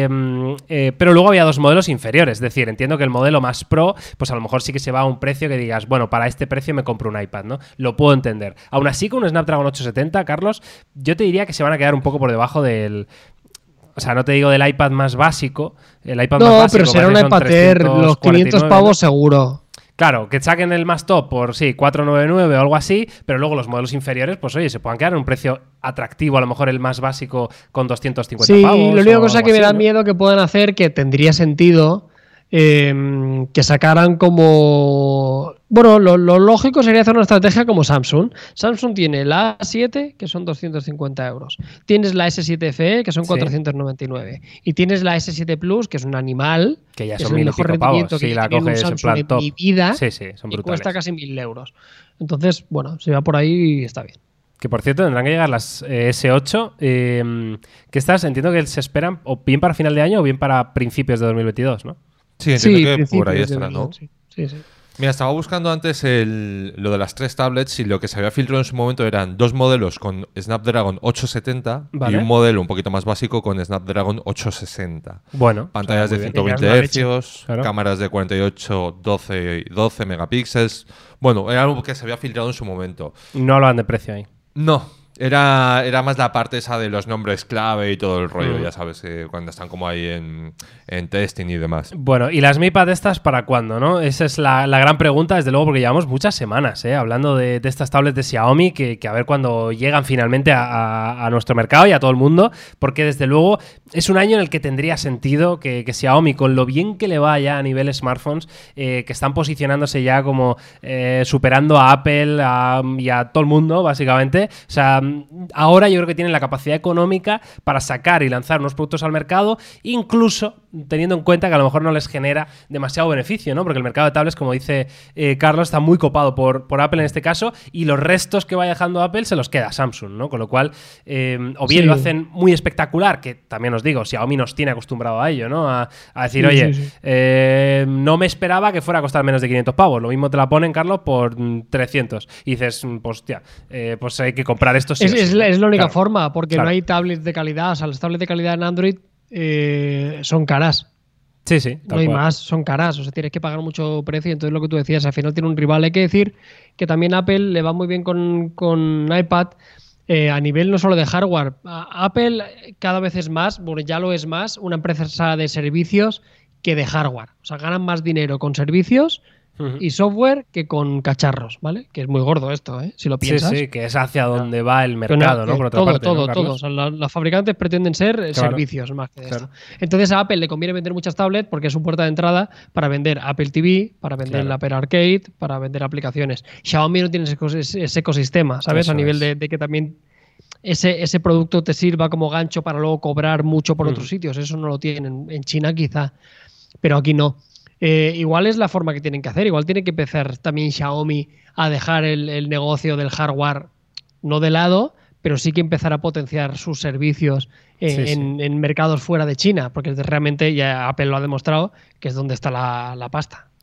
pero luego había 2 modelos inferiores. Es decir, entiendo que el modelo más pro, pues a lo mejor sí que se va a un precio que digas, bueno, para este precio me compro un iPad, ¿no? Lo puedo entender. Aún así, con un Snapdragon 870, Carlos, yo te diría que se van a quedar un poco por debajo del... O sea, no te digo del iPad más básico. El iPad más No, básico pero será un parece que son iPad Air, los 500 349, pavos ¿no? seguro. Claro, que saquen el más top por, sí, 499 o algo así, pero luego los modelos inferiores, pues oye, se puedan quedar en un precio atractivo, a lo mejor el más básico con 250 Sí, pavos. lo único o cosa algo que me así, da ¿no? miedo que puedan hacer, que tendría sentido, que sacaran como... Bueno, lo lógico sería hacer una estrategia como Samsung. Samsung tiene la A7, que son 250 euros. Tienes la S7 FE, que son Sí. 499. Y tienes la S7 Plus, que es un animal, Que ya es son el 1000 y mejor pico rendimiento pavos. que Si yo he la tenido en un coges en Samsung plan en top. mi vida. Sí, sí, son Y brutales. cuesta casi 1000 euros. Entonces, bueno, si va por ahí, está bien. Que por cierto tendrán que llegar las S8, que estas entiendo que se esperan o bien para final de año o bien para principios de 2022, ¿no? Sí, entiendo que principios por ahí de estará, ¿no? verdad, sí. Sí, sí. Mira, estaba buscando antes lo de las 3 tablets y lo que se había filtrado en su momento eran 2 modelos con Snapdragon 870 Vale. y un modelo un poquito más básico con Snapdragon 860. Bueno. Pantallas o sea, de muy bien. 120 Ya es la Hz, Claro. cámaras de 48, 12 megapíxeles. Bueno, era algo que se había filtrado en su momento. No hablaban de precio ahí. No, era más la parte esa de los nombres clave y todo el rollo, Mm. ya sabes, cuando están como ahí en testing y demás. Bueno, ¿y las Mi Pad estas para cuándo, no? Esa es la gran pregunta, desde luego, porque llevamos muchas semanas hablando de estas tablets de Xiaomi que a ver cuándo llegan finalmente a nuestro mercado y a todo el mundo, porque desde luego es un año en el que tendría sentido que Xiaomi, con lo bien que le va ya a nivel smartphones, que están posicionándose ya como superando a Apple y a todo el mundo, básicamente. O sea, ahora yo creo que tienen la capacidad económica para sacar y lanzar unos productos al mercado, incluso teniendo en cuenta que a lo mejor no les genera demasiado beneficio, ¿no? Porque el mercado de tablets, como dice Carlos, está muy copado por Apple en este caso, y los restos que va dejando Apple se los queda Samsung, ¿no? Con lo cual, o bien Sí. lo hacen muy espectacular, que también os digo, Xiaomi nos tiene acostumbrado a ello, ¿no? A decir, Sí, oye, sí, sí. No me esperaba que fuera a costar menos de 500 pavos. Lo mismo te la ponen, Carlos, por 300. Y dices, pues, hostia, pues hay que comprar esto sí o sí, Es ¿no? la única Claro. forma, porque Claro. no hay tablets de calidad. O sea, las tablets de calidad en Android son caras. Sí, sí. No hay más, son caras. O sea, tienes que pagar mucho precio. Entonces, lo que tú decías, al final tiene un rival. Hay que decir que también Apple le va muy bien con iPad a nivel no solo de hardware. Apple cada vez es más, bueno, ya lo es más, una empresa de servicios que de hardware. O sea, ganan más dinero con servicios Ujú. y software que con cacharros, ¿vale? Que es muy gordo esto, ¿eh? Si lo Sí, piensas. sí, que es hacia donde va el mercado, ¿no? Por otra todo, parte, ¿no, todo, Carlos? todo. O sea, los fabricantes pretenden ser servicios más que Claro. esto. Entonces a Apple le conviene vender muchas tablets porque es su puerta de entrada para vender Apple TV, para vender Claro. el Apple Arcade, para vender aplicaciones. Xiaomi no tiene ese ecosistema, ¿sabes? Eso a nivel es. de que también ese producto te sirva como gancho para luego cobrar mucho por Mm. otros sitios. Eso no lo tienen. En China quizá, pero aquí no. Igual es la forma que tienen que hacer. Igual tiene que empezar también Xiaomi a dejar el negocio del hardware no de lado, pero sí que empezar a potenciar sus servicios Sí, sí. en mercados fuera de China, porque realmente ya Apple lo ha demostrado que es donde está la pasta.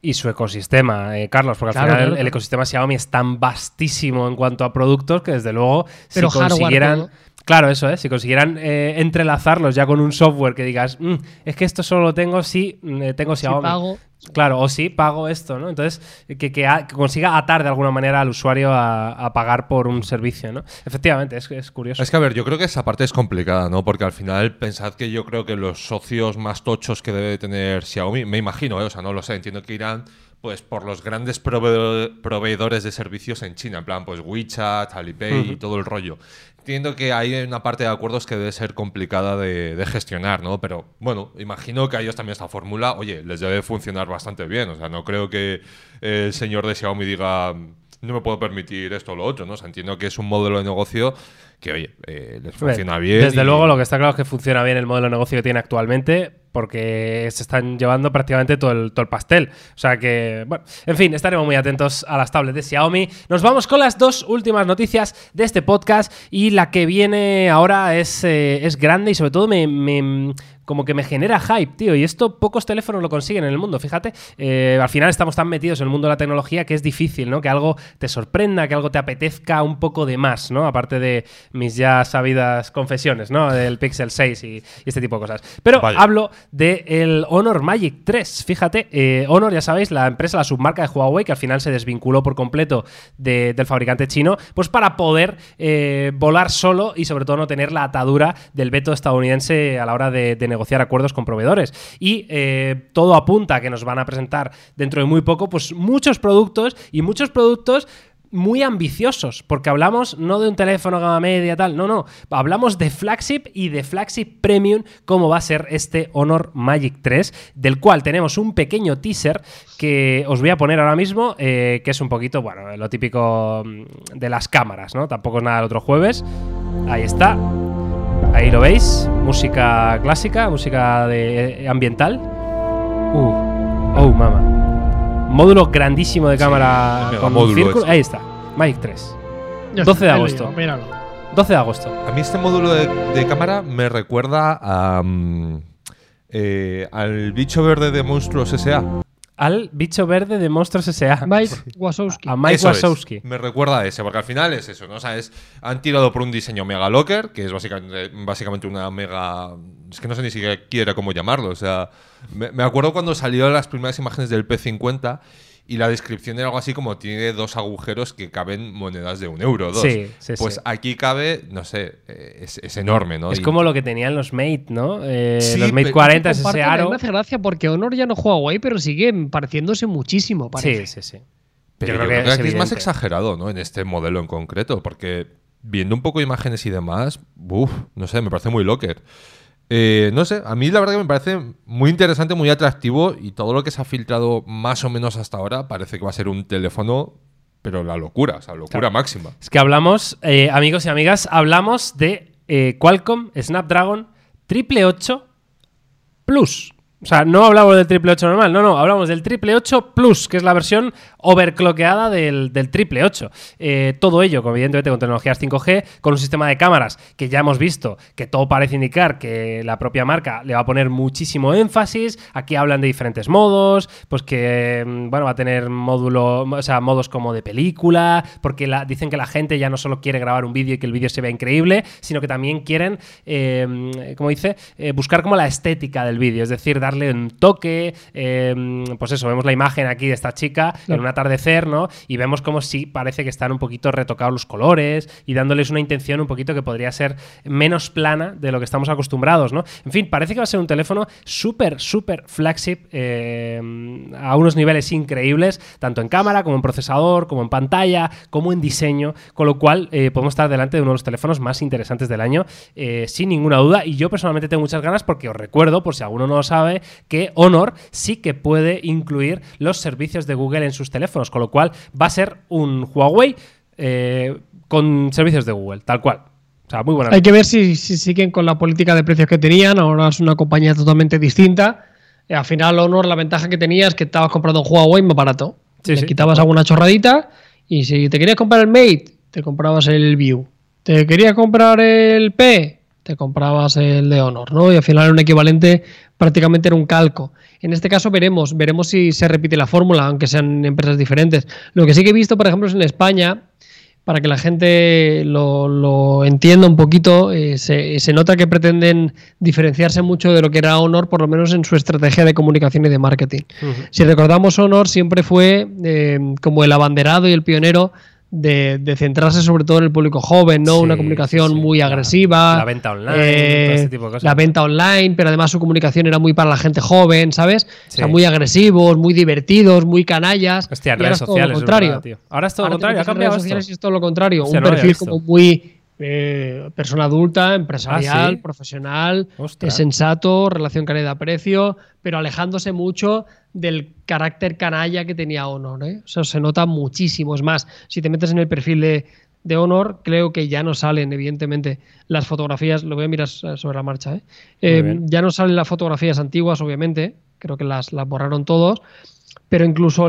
Y su ecosistema, Carlos, porque al final el ecosistema Xiaomi es tan vastísimo en cuanto a productos que desde luego pero si consiguieran... Claro, eso, si consiguieran entrelazarlos ya con un software que digas, es que esto solo lo tengo si tengo Xiaomi. Si pago. Claro, o si pago esto, ¿no? Entonces, que consiga atar de alguna manera al usuario a pagar por un servicio, ¿no? Efectivamente, es curioso. Es que, a ver, yo creo que esa parte es complicada, ¿no? Porque al final, pensad que yo creo que los socios más tochos que debe tener Xiaomi, me imagino, o sea, no lo sé, entiendo que irán pues por los grandes proveedores de servicios en China, en plan, pues WeChat, Alipay y todo el rollo. Entiendo que hay una parte de acuerdos que debe ser complicada de gestionar, ¿no? Pero, bueno, imagino que a ellos también esta fórmula, oye, les debe funcionar bastante bien. O sea, no creo que el señor de Xiaomi diga, no me puedo permitir esto o lo otro, ¿no? O sea, entiendo que es un modelo de negocio que, oye, les funciona bien. Desde luego, lo que está claro es que funciona bien el modelo de negocio que tiene actualmente, porque se están llevando prácticamente todo el pastel. O sea que, bueno, en fin, estaremos muy atentos a las tablets de Xiaomi. Nos vamos con las dos últimas noticias de este podcast y la que viene ahora es grande y sobre todo como que me genera hype, tío. Y esto pocos teléfonos lo consiguen en el mundo, fíjate. Al final estamos tan metidos en el mundo de la tecnología que es difícil, ¿no? Que algo te sorprenda, que algo te apetezca un poco de más, ¿no? Aparte de mis ya sabidas confesiones, ¿no? Del Pixel 6 y este tipo de cosas. Pero hablo del Honor Magic 3. Fíjate, Honor, ya sabéis, la empresa, la submarca de Huawei, que al final se desvinculó por completo del fabricante chino, pues para poder volar solo y sobre todo no tener la atadura del veto estadounidense a la hora de negociar acuerdos con proveedores. Y todo apunta a que nos van a presentar dentro de muy poco pues muchos productos muy ambiciosos, porque hablamos no de un teléfono gama media tal, no, hablamos de flagship y de flagship premium, como va a ser este Honor Magic 3, del cual tenemos un pequeño teaser que os voy a poner ahora mismo, que es un poquito, bueno, lo típico de las cámaras, ¿no? Tampoco es nada del otro jueves. Ahí está. Ahí lo veis, música clásica, música ambiental. Oh, mama. Módulo grandísimo de cámara con un círculo. Ahí está, Magic 3. 12 de agosto. Míralo. 12 de agosto. A mí este módulo de cámara me recuerda al bicho verde de Monstruos S.A. Al bicho verde de Monstruos S.A. Mike Wazowski. A Mike Wazowski. Me recuerda a ese, porque al final es eso, ¿no? O sea, han tirado por un diseño mega locker, que es básicamente una mega... Es que no sé ni siquiera cómo llamarlo. O sea, me acuerdo cuando salieron las primeras imágenes del P50 y la descripción era algo así como tiene 2 agujeros que caben monedas de 1 euro, 2. Sí, pues aquí cabe, no sé, es enorme, ¿no? Es como lo que tenían los Mate, ¿no? Los Mate 40, ese aro. Me hace gracia porque Honor ya no juega Huawei, pero sigue pareciéndose muchísimo, parece. Sí. Pero yo creo que aquí es más exagerado, ¿no? En este modelo en concreto, porque viendo un poco de imágenes y demás, no sé, me parece muy locker. No sé, a mí la verdad que me parece muy interesante, muy atractivo, y todo lo que se ha filtrado más o menos hasta ahora parece que va a ser un teléfono, pero la locura, o sea, locura máxima. Es que hablamos, amigos y amigas, hablamos de Qualcomm Snapdragon 888 Plus. O sea, no hablamos del 888 normal, no, hablamos del 888 Plus, que es la versión overclockeada del 888. Todo ello, evidentemente, con tecnologías 5G, con un sistema de cámaras que ya hemos visto que todo parece indicar que la propia marca le va a poner muchísimo énfasis. Aquí hablan de diferentes modos, pues que, bueno, va a tener modos como de película, porque dicen que la gente ya no solo quiere grabar un vídeo y que el vídeo se vea increíble, sino que también quieren, buscar como la estética del vídeo, es decir, darle un toque, pues eso, vemos la imagen aquí de esta chica en un atardecer, ¿no? Y vemos como sí parece que están un poquito retocados los colores y dándoles una intención un poquito que podría ser menos plana de lo que estamos acostumbrados, ¿no? En fin, parece que va a ser un teléfono súper flagship, a unos niveles increíbles, tanto en cámara como en procesador, como en pantalla, como en diseño, con lo cual podemos estar delante de uno de los teléfonos más interesantes del año, sin ninguna duda. Y yo personalmente tengo muchas ganas porque os recuerdo, por si alguno no lo sabe, que Honor sí que puede incluir los servicios de Google en sus teléfonos, con lo cual va a ser un Huawei con servicios de Google, tal cual. O sea, muy buena. Hay que ver si siguen con la política de precios que tenían. Ahora es una compañía totalmente distinta. Al final, Honor, la ventaja que tenía es que estabas comprando un Huawei más barato. Le quitabas alguna chorradita y si te querías comprar el Mate, te comprabas el View. ¿Te querías comprar el P? te comprabas el de Honor, ¿no? Y al final era un equivalente, prácticamente era un calco. En este caso veremos si se repite la fórmula, aunque sean empresas diferentes. Lo que sí que he visto, por ejemplo, es en España, para que la gente lo entienda un poquito, se nota que pretenden diferenciarse mucho de lo que era Honor, por lo menos en su estrategia de comunicación y de marketing. Si recordamos, Honor siempre fue como el abanderado y el pionero de centrarse sobre todo en el público joven, ¿no? Una comunicación muy agresiva. La venta online, todo este tipo de cosas. La venta online, pero además su comunicación era muy para la gente joven, ¿sabes? O sea, muy agresivos, muy divertidos, muy canallas. Hostia, en redes sociales. Todo lo contrario. Verdad, tío. Ahora es todo lo contrario. Ha cambiado en redes sociales esto. y es todo lo contrario. Hostia, Un no lo había perfil visto. como muy persona adulta, empresarial, ¿sí? profesional, Ostras. sensato, relación calidad-precio, pero alejándose mucho del carácter canalla que tenía Honor, ¿eh? O sea, se nota muchísimo. Es más, si te metes en el perfil de Honor, creo que ya no salen, evidentemente, las fotografías. Lo voy a mirar sobre la marcha, ya no salen las fotografías antiguas, obviamente. Creo que las borraron todos. Pero incluso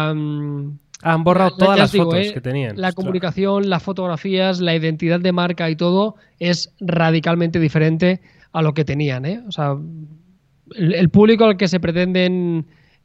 Han borrado todas las fotos que tenían. La comunicación, las fotografías, la identidad de marca y todo es radicalmente diferente a lo que tenían, ¿eh? O sea, el público al que se pretenden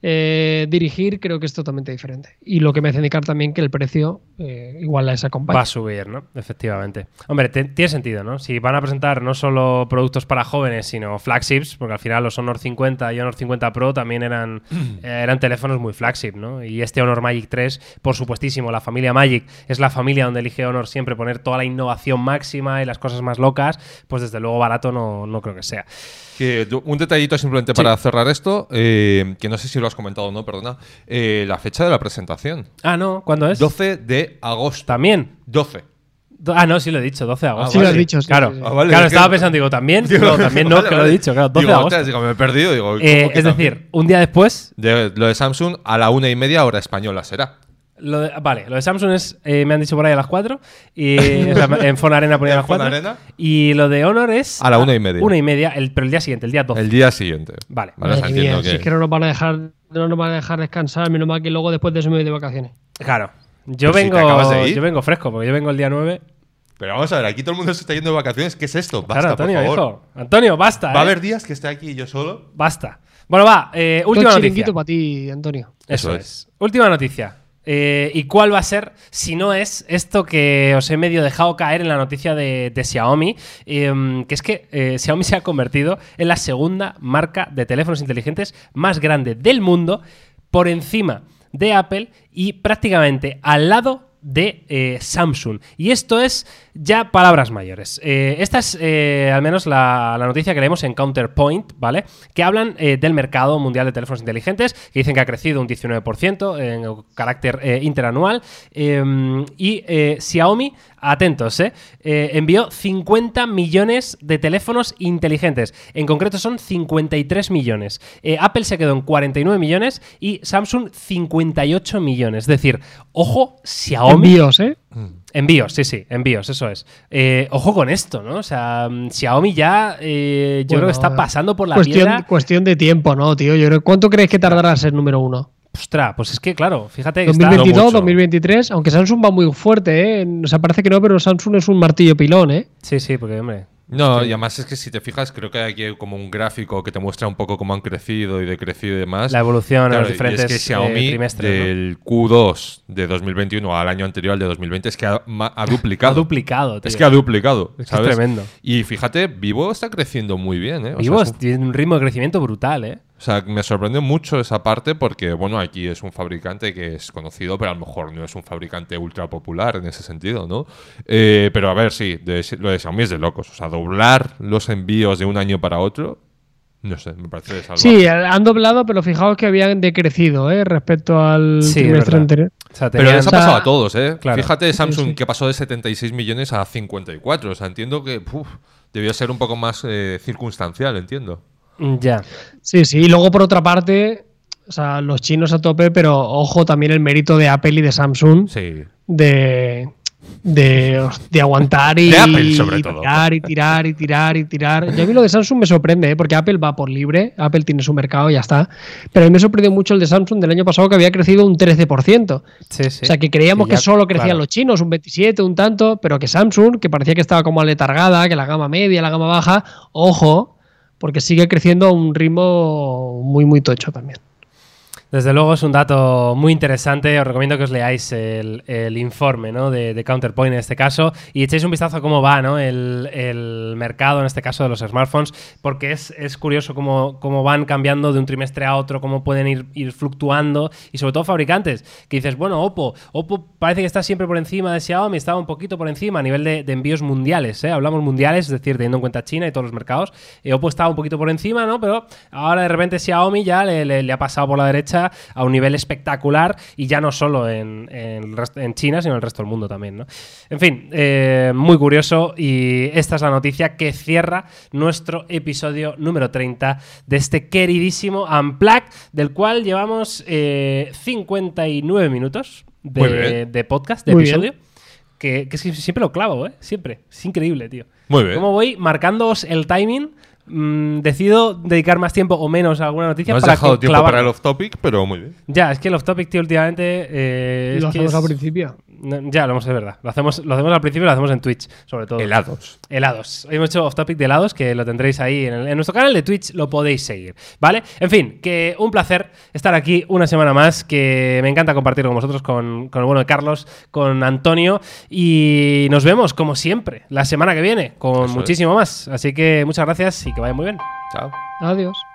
dirigir creo que es totalmente diferente. Y lo que me hace indicar también que el precio igual a esa compañía. Va a subir, ¿no? Efectivamente. Hombre, tiene sentido, ¿no? Si van a presentar no solo productos para jóvenes, sino flagships, porque al final los Honor 50 y Honor 50 Pro también eran teléfonos muy flagship, ¿no? Y este Honor Magic 3, por supuestísimo, la familia Magic es la familia donde elige Honor siempre poner toda la innovación máxima y las cosas más locas, pues desde luego barato no creo que sea. Un detallito simplemente para cerrar esto, que no sé si lo has comentado o no, perdona. La fecha de la presentación. Ah, no, ¿cuándo es? 12 de agosto. ¿También? 12. No, sí lo he dicho, 12 de agosto. Sí, lo has dicho, sí, Claro, sí. Vale, claro, es estaba que- pensando, digo, ¿también? Digo, No, también no, vale, que lo he vale. dicho, claro, 12 de Digo, agosto. ostras, me he perdido. Digo, ¿cómo que Es también? decir, un día después, Lo de Samsung a la 1:30 hora española será. lo de Samsung es, me han dicho por ahí a las 4, y, o sea, en Phone Arena ponía a las ¿En Phone 4, Arena? y lo de Honor es A la 1:30. 1:30, pero el día siguiente, el día 12. El día siguiente. Vale. O sea, Madre entiendo mía, si es que no nos van a dejar descansar, menos mal que luego después de eso me voy de vacaciones. Claro, yo Pero si te acabas de ir. vengo fresco, porque yo vengo el día 9. Pero vamos a ver, aquí todo el mundo se está yendo de vacaciones. ¿Qué es esto? Basta, Claro, Antonio, por favor. hijo. Antonio, basta. Va a haber días que esté aquí yo solo. Basta. Bueno, va, última Todo noticia. chiringuito para ti, Antonio. Eso es. Última noticia. ¿Y cuál va a ser si no es esto que os he medio dejado caer en la noticia de Xiaomi? Que es que Xiaomi se ha convertido en la segunda marca de teléfonos inteligentes más grande del mundo, por encima de Apple y prácticamente al lado de Samsung. Y esto es ya palabras mayores. Esta es al menos la noticia que leemos en Counterpoint, ¿vale? Que hablan del mercado mundial de teléfonos inteligentes, que dicen que ha crecido un 19% en carácter interanual. Y Xiaomi, atentos, envió 50 millones de teléfonos inteligentes. En concreto son 53 millones. Apple se quedó en 49 millones y Samsung 58 millones. Es decir, ojo, Xiaomi... Envíos, ¿eh? Envíos, sí, envíos, eso es. Ojo con esto, ¿no? O sea, Xiaomi ya yo creo que está pasando por la piedra. Cuestión de tiempo, ¿no, tío? Yo creo, ¿cuánto crees que tardará a ser número uno? Ostras, pues es que claro, fíjate que está... 2022, mucho. 2023, aunque Samsung va muy fuerte, ¿eh? O sea, parece que no, pero Samsung es un martillo pilón, ¿eh? Sí, porque, hombre... No, y además es que si te fijas, creo que hay aquí como un gráfico que te muestra un poco cómo han crecido y decrecido y demás. La evolución en Claro, los diferentes y es que Xiaomi trimestres, ¿no? del Q2 de 2021 al año anterior, al de 2020, es que ha duplicado. Ha duplicado, tío. Es que ha duplicado, Es que ¿sabes? es tremendo. Y fíjate, Vivo está creciendo muy bien, ¿eh? O Vivo sea, tiene un ritmo de crecimiento brutal, ¿eh? o sea, me sorprende mucho esa parte porque, bueno, aquí es un fabricante que es conocido, pero a lo mejor no es un fabricante ultra popular en ese sentido, ¿no? Pero a ver, sí, lo de Xiaomi es de locos. O sea, doblar los envíos de un año para otro, no sé, me parece de salvaje. Sí, han doblado, pero fijaos que habían decrecido, ¿eh? Respecto al Sí, trimestre verdad. anterior. O sea, Pero tenían- les ha pasado a todos, ¿eh? Claro. Fíjate Samsung sí. que pasó de 76 millones a 54. O sea, entiendo que debió ser un poco más circunstancial, entiendo. Ya. Sí, y luego por otra parte, o sea, los chinos a tope, pero ojo también el mérito de Apple y de Samsung Sí. de de aguantar y De Apple, sobre todo. tirar. Yo a mí lo de Samsung me sorprende, porque Apple va por libre, Apple tiene su mercado y ya está. Pero a mí me sorprendió mucho el de Samsung del año pasado, que había crecido un 13%. Sí, sí. O sea, que creíamos Sí, ya, que solo crecían claro. los chinos, un 27, un tanto, pero que Samsung, que parecía que estaba como aletargada, que la gama media, la gama baja, ojo, porque sigue creciendo a un ritmo muy, muy tocho también. Desde luego es un dato muy interesante. Os recomiendo que os leáis el informe, ¿no? de Counterpoint en este caso y echéis un vistazo a cómo va, ¿no? el mercado, en este caso de los smartphones, porque es curioso cómo van cambiando de un trimestre a otro, cómo pueden ir fluctuando y sobre todo fabricantes, que dices, bueno, Oppo parece que está siempre por encima de Xiaomi, estaba un poquito por encima a nivel de envíos mundiales, ¿eh? Hablamos mundiales, es decir, teniendo en cuenta China y todos los mercados. Oppo estaba un poquito por encima, ¿no? Pero ahora de repente Xiaomi ya le ha pasado por la derecha a un nivel espectacular y ya no solo en China, sino en el resto del mundo también, ¿no? En fin, muy curioso y esta es la noticia que cierra nuestro episodio número 30 de este queridísimo Unplugged, del cual llevamos 59 minutos de podcast, de Muy episodio. Que es que siempre lo clavo, ¿eh? Siempre. Es increíble, tío. Muy bien. ¿Cómo voy marcándoos el timing? Decido dedicar más tiempo o menos a alguna noticia No has para dejado tiempo clavarlo. para el off-topic, pero muy bien. Ya, es que el off-topic, tío, últimamente... Y lo es que hacemos al principio. Ya, lo hemos, es verdad. Lo hacemos al principio y lo hacemos en Twitch, sobre todo. Helados. Helados. Hoy hemos hecho off-topic de helados, que lo tendréis ahí en nuestro canal de Twitch, lo podéis seguir, ¿vale? En fin, que un placer estar aquí una semana más, que me encanta compartir con vosotros, con el bueno de Carlos, con Antonio, y nos vemos, como siempre, la semana que viene, con Eso muchísimo más. Así que muchas gracias y que vaya muy bien. Chao. Adiós.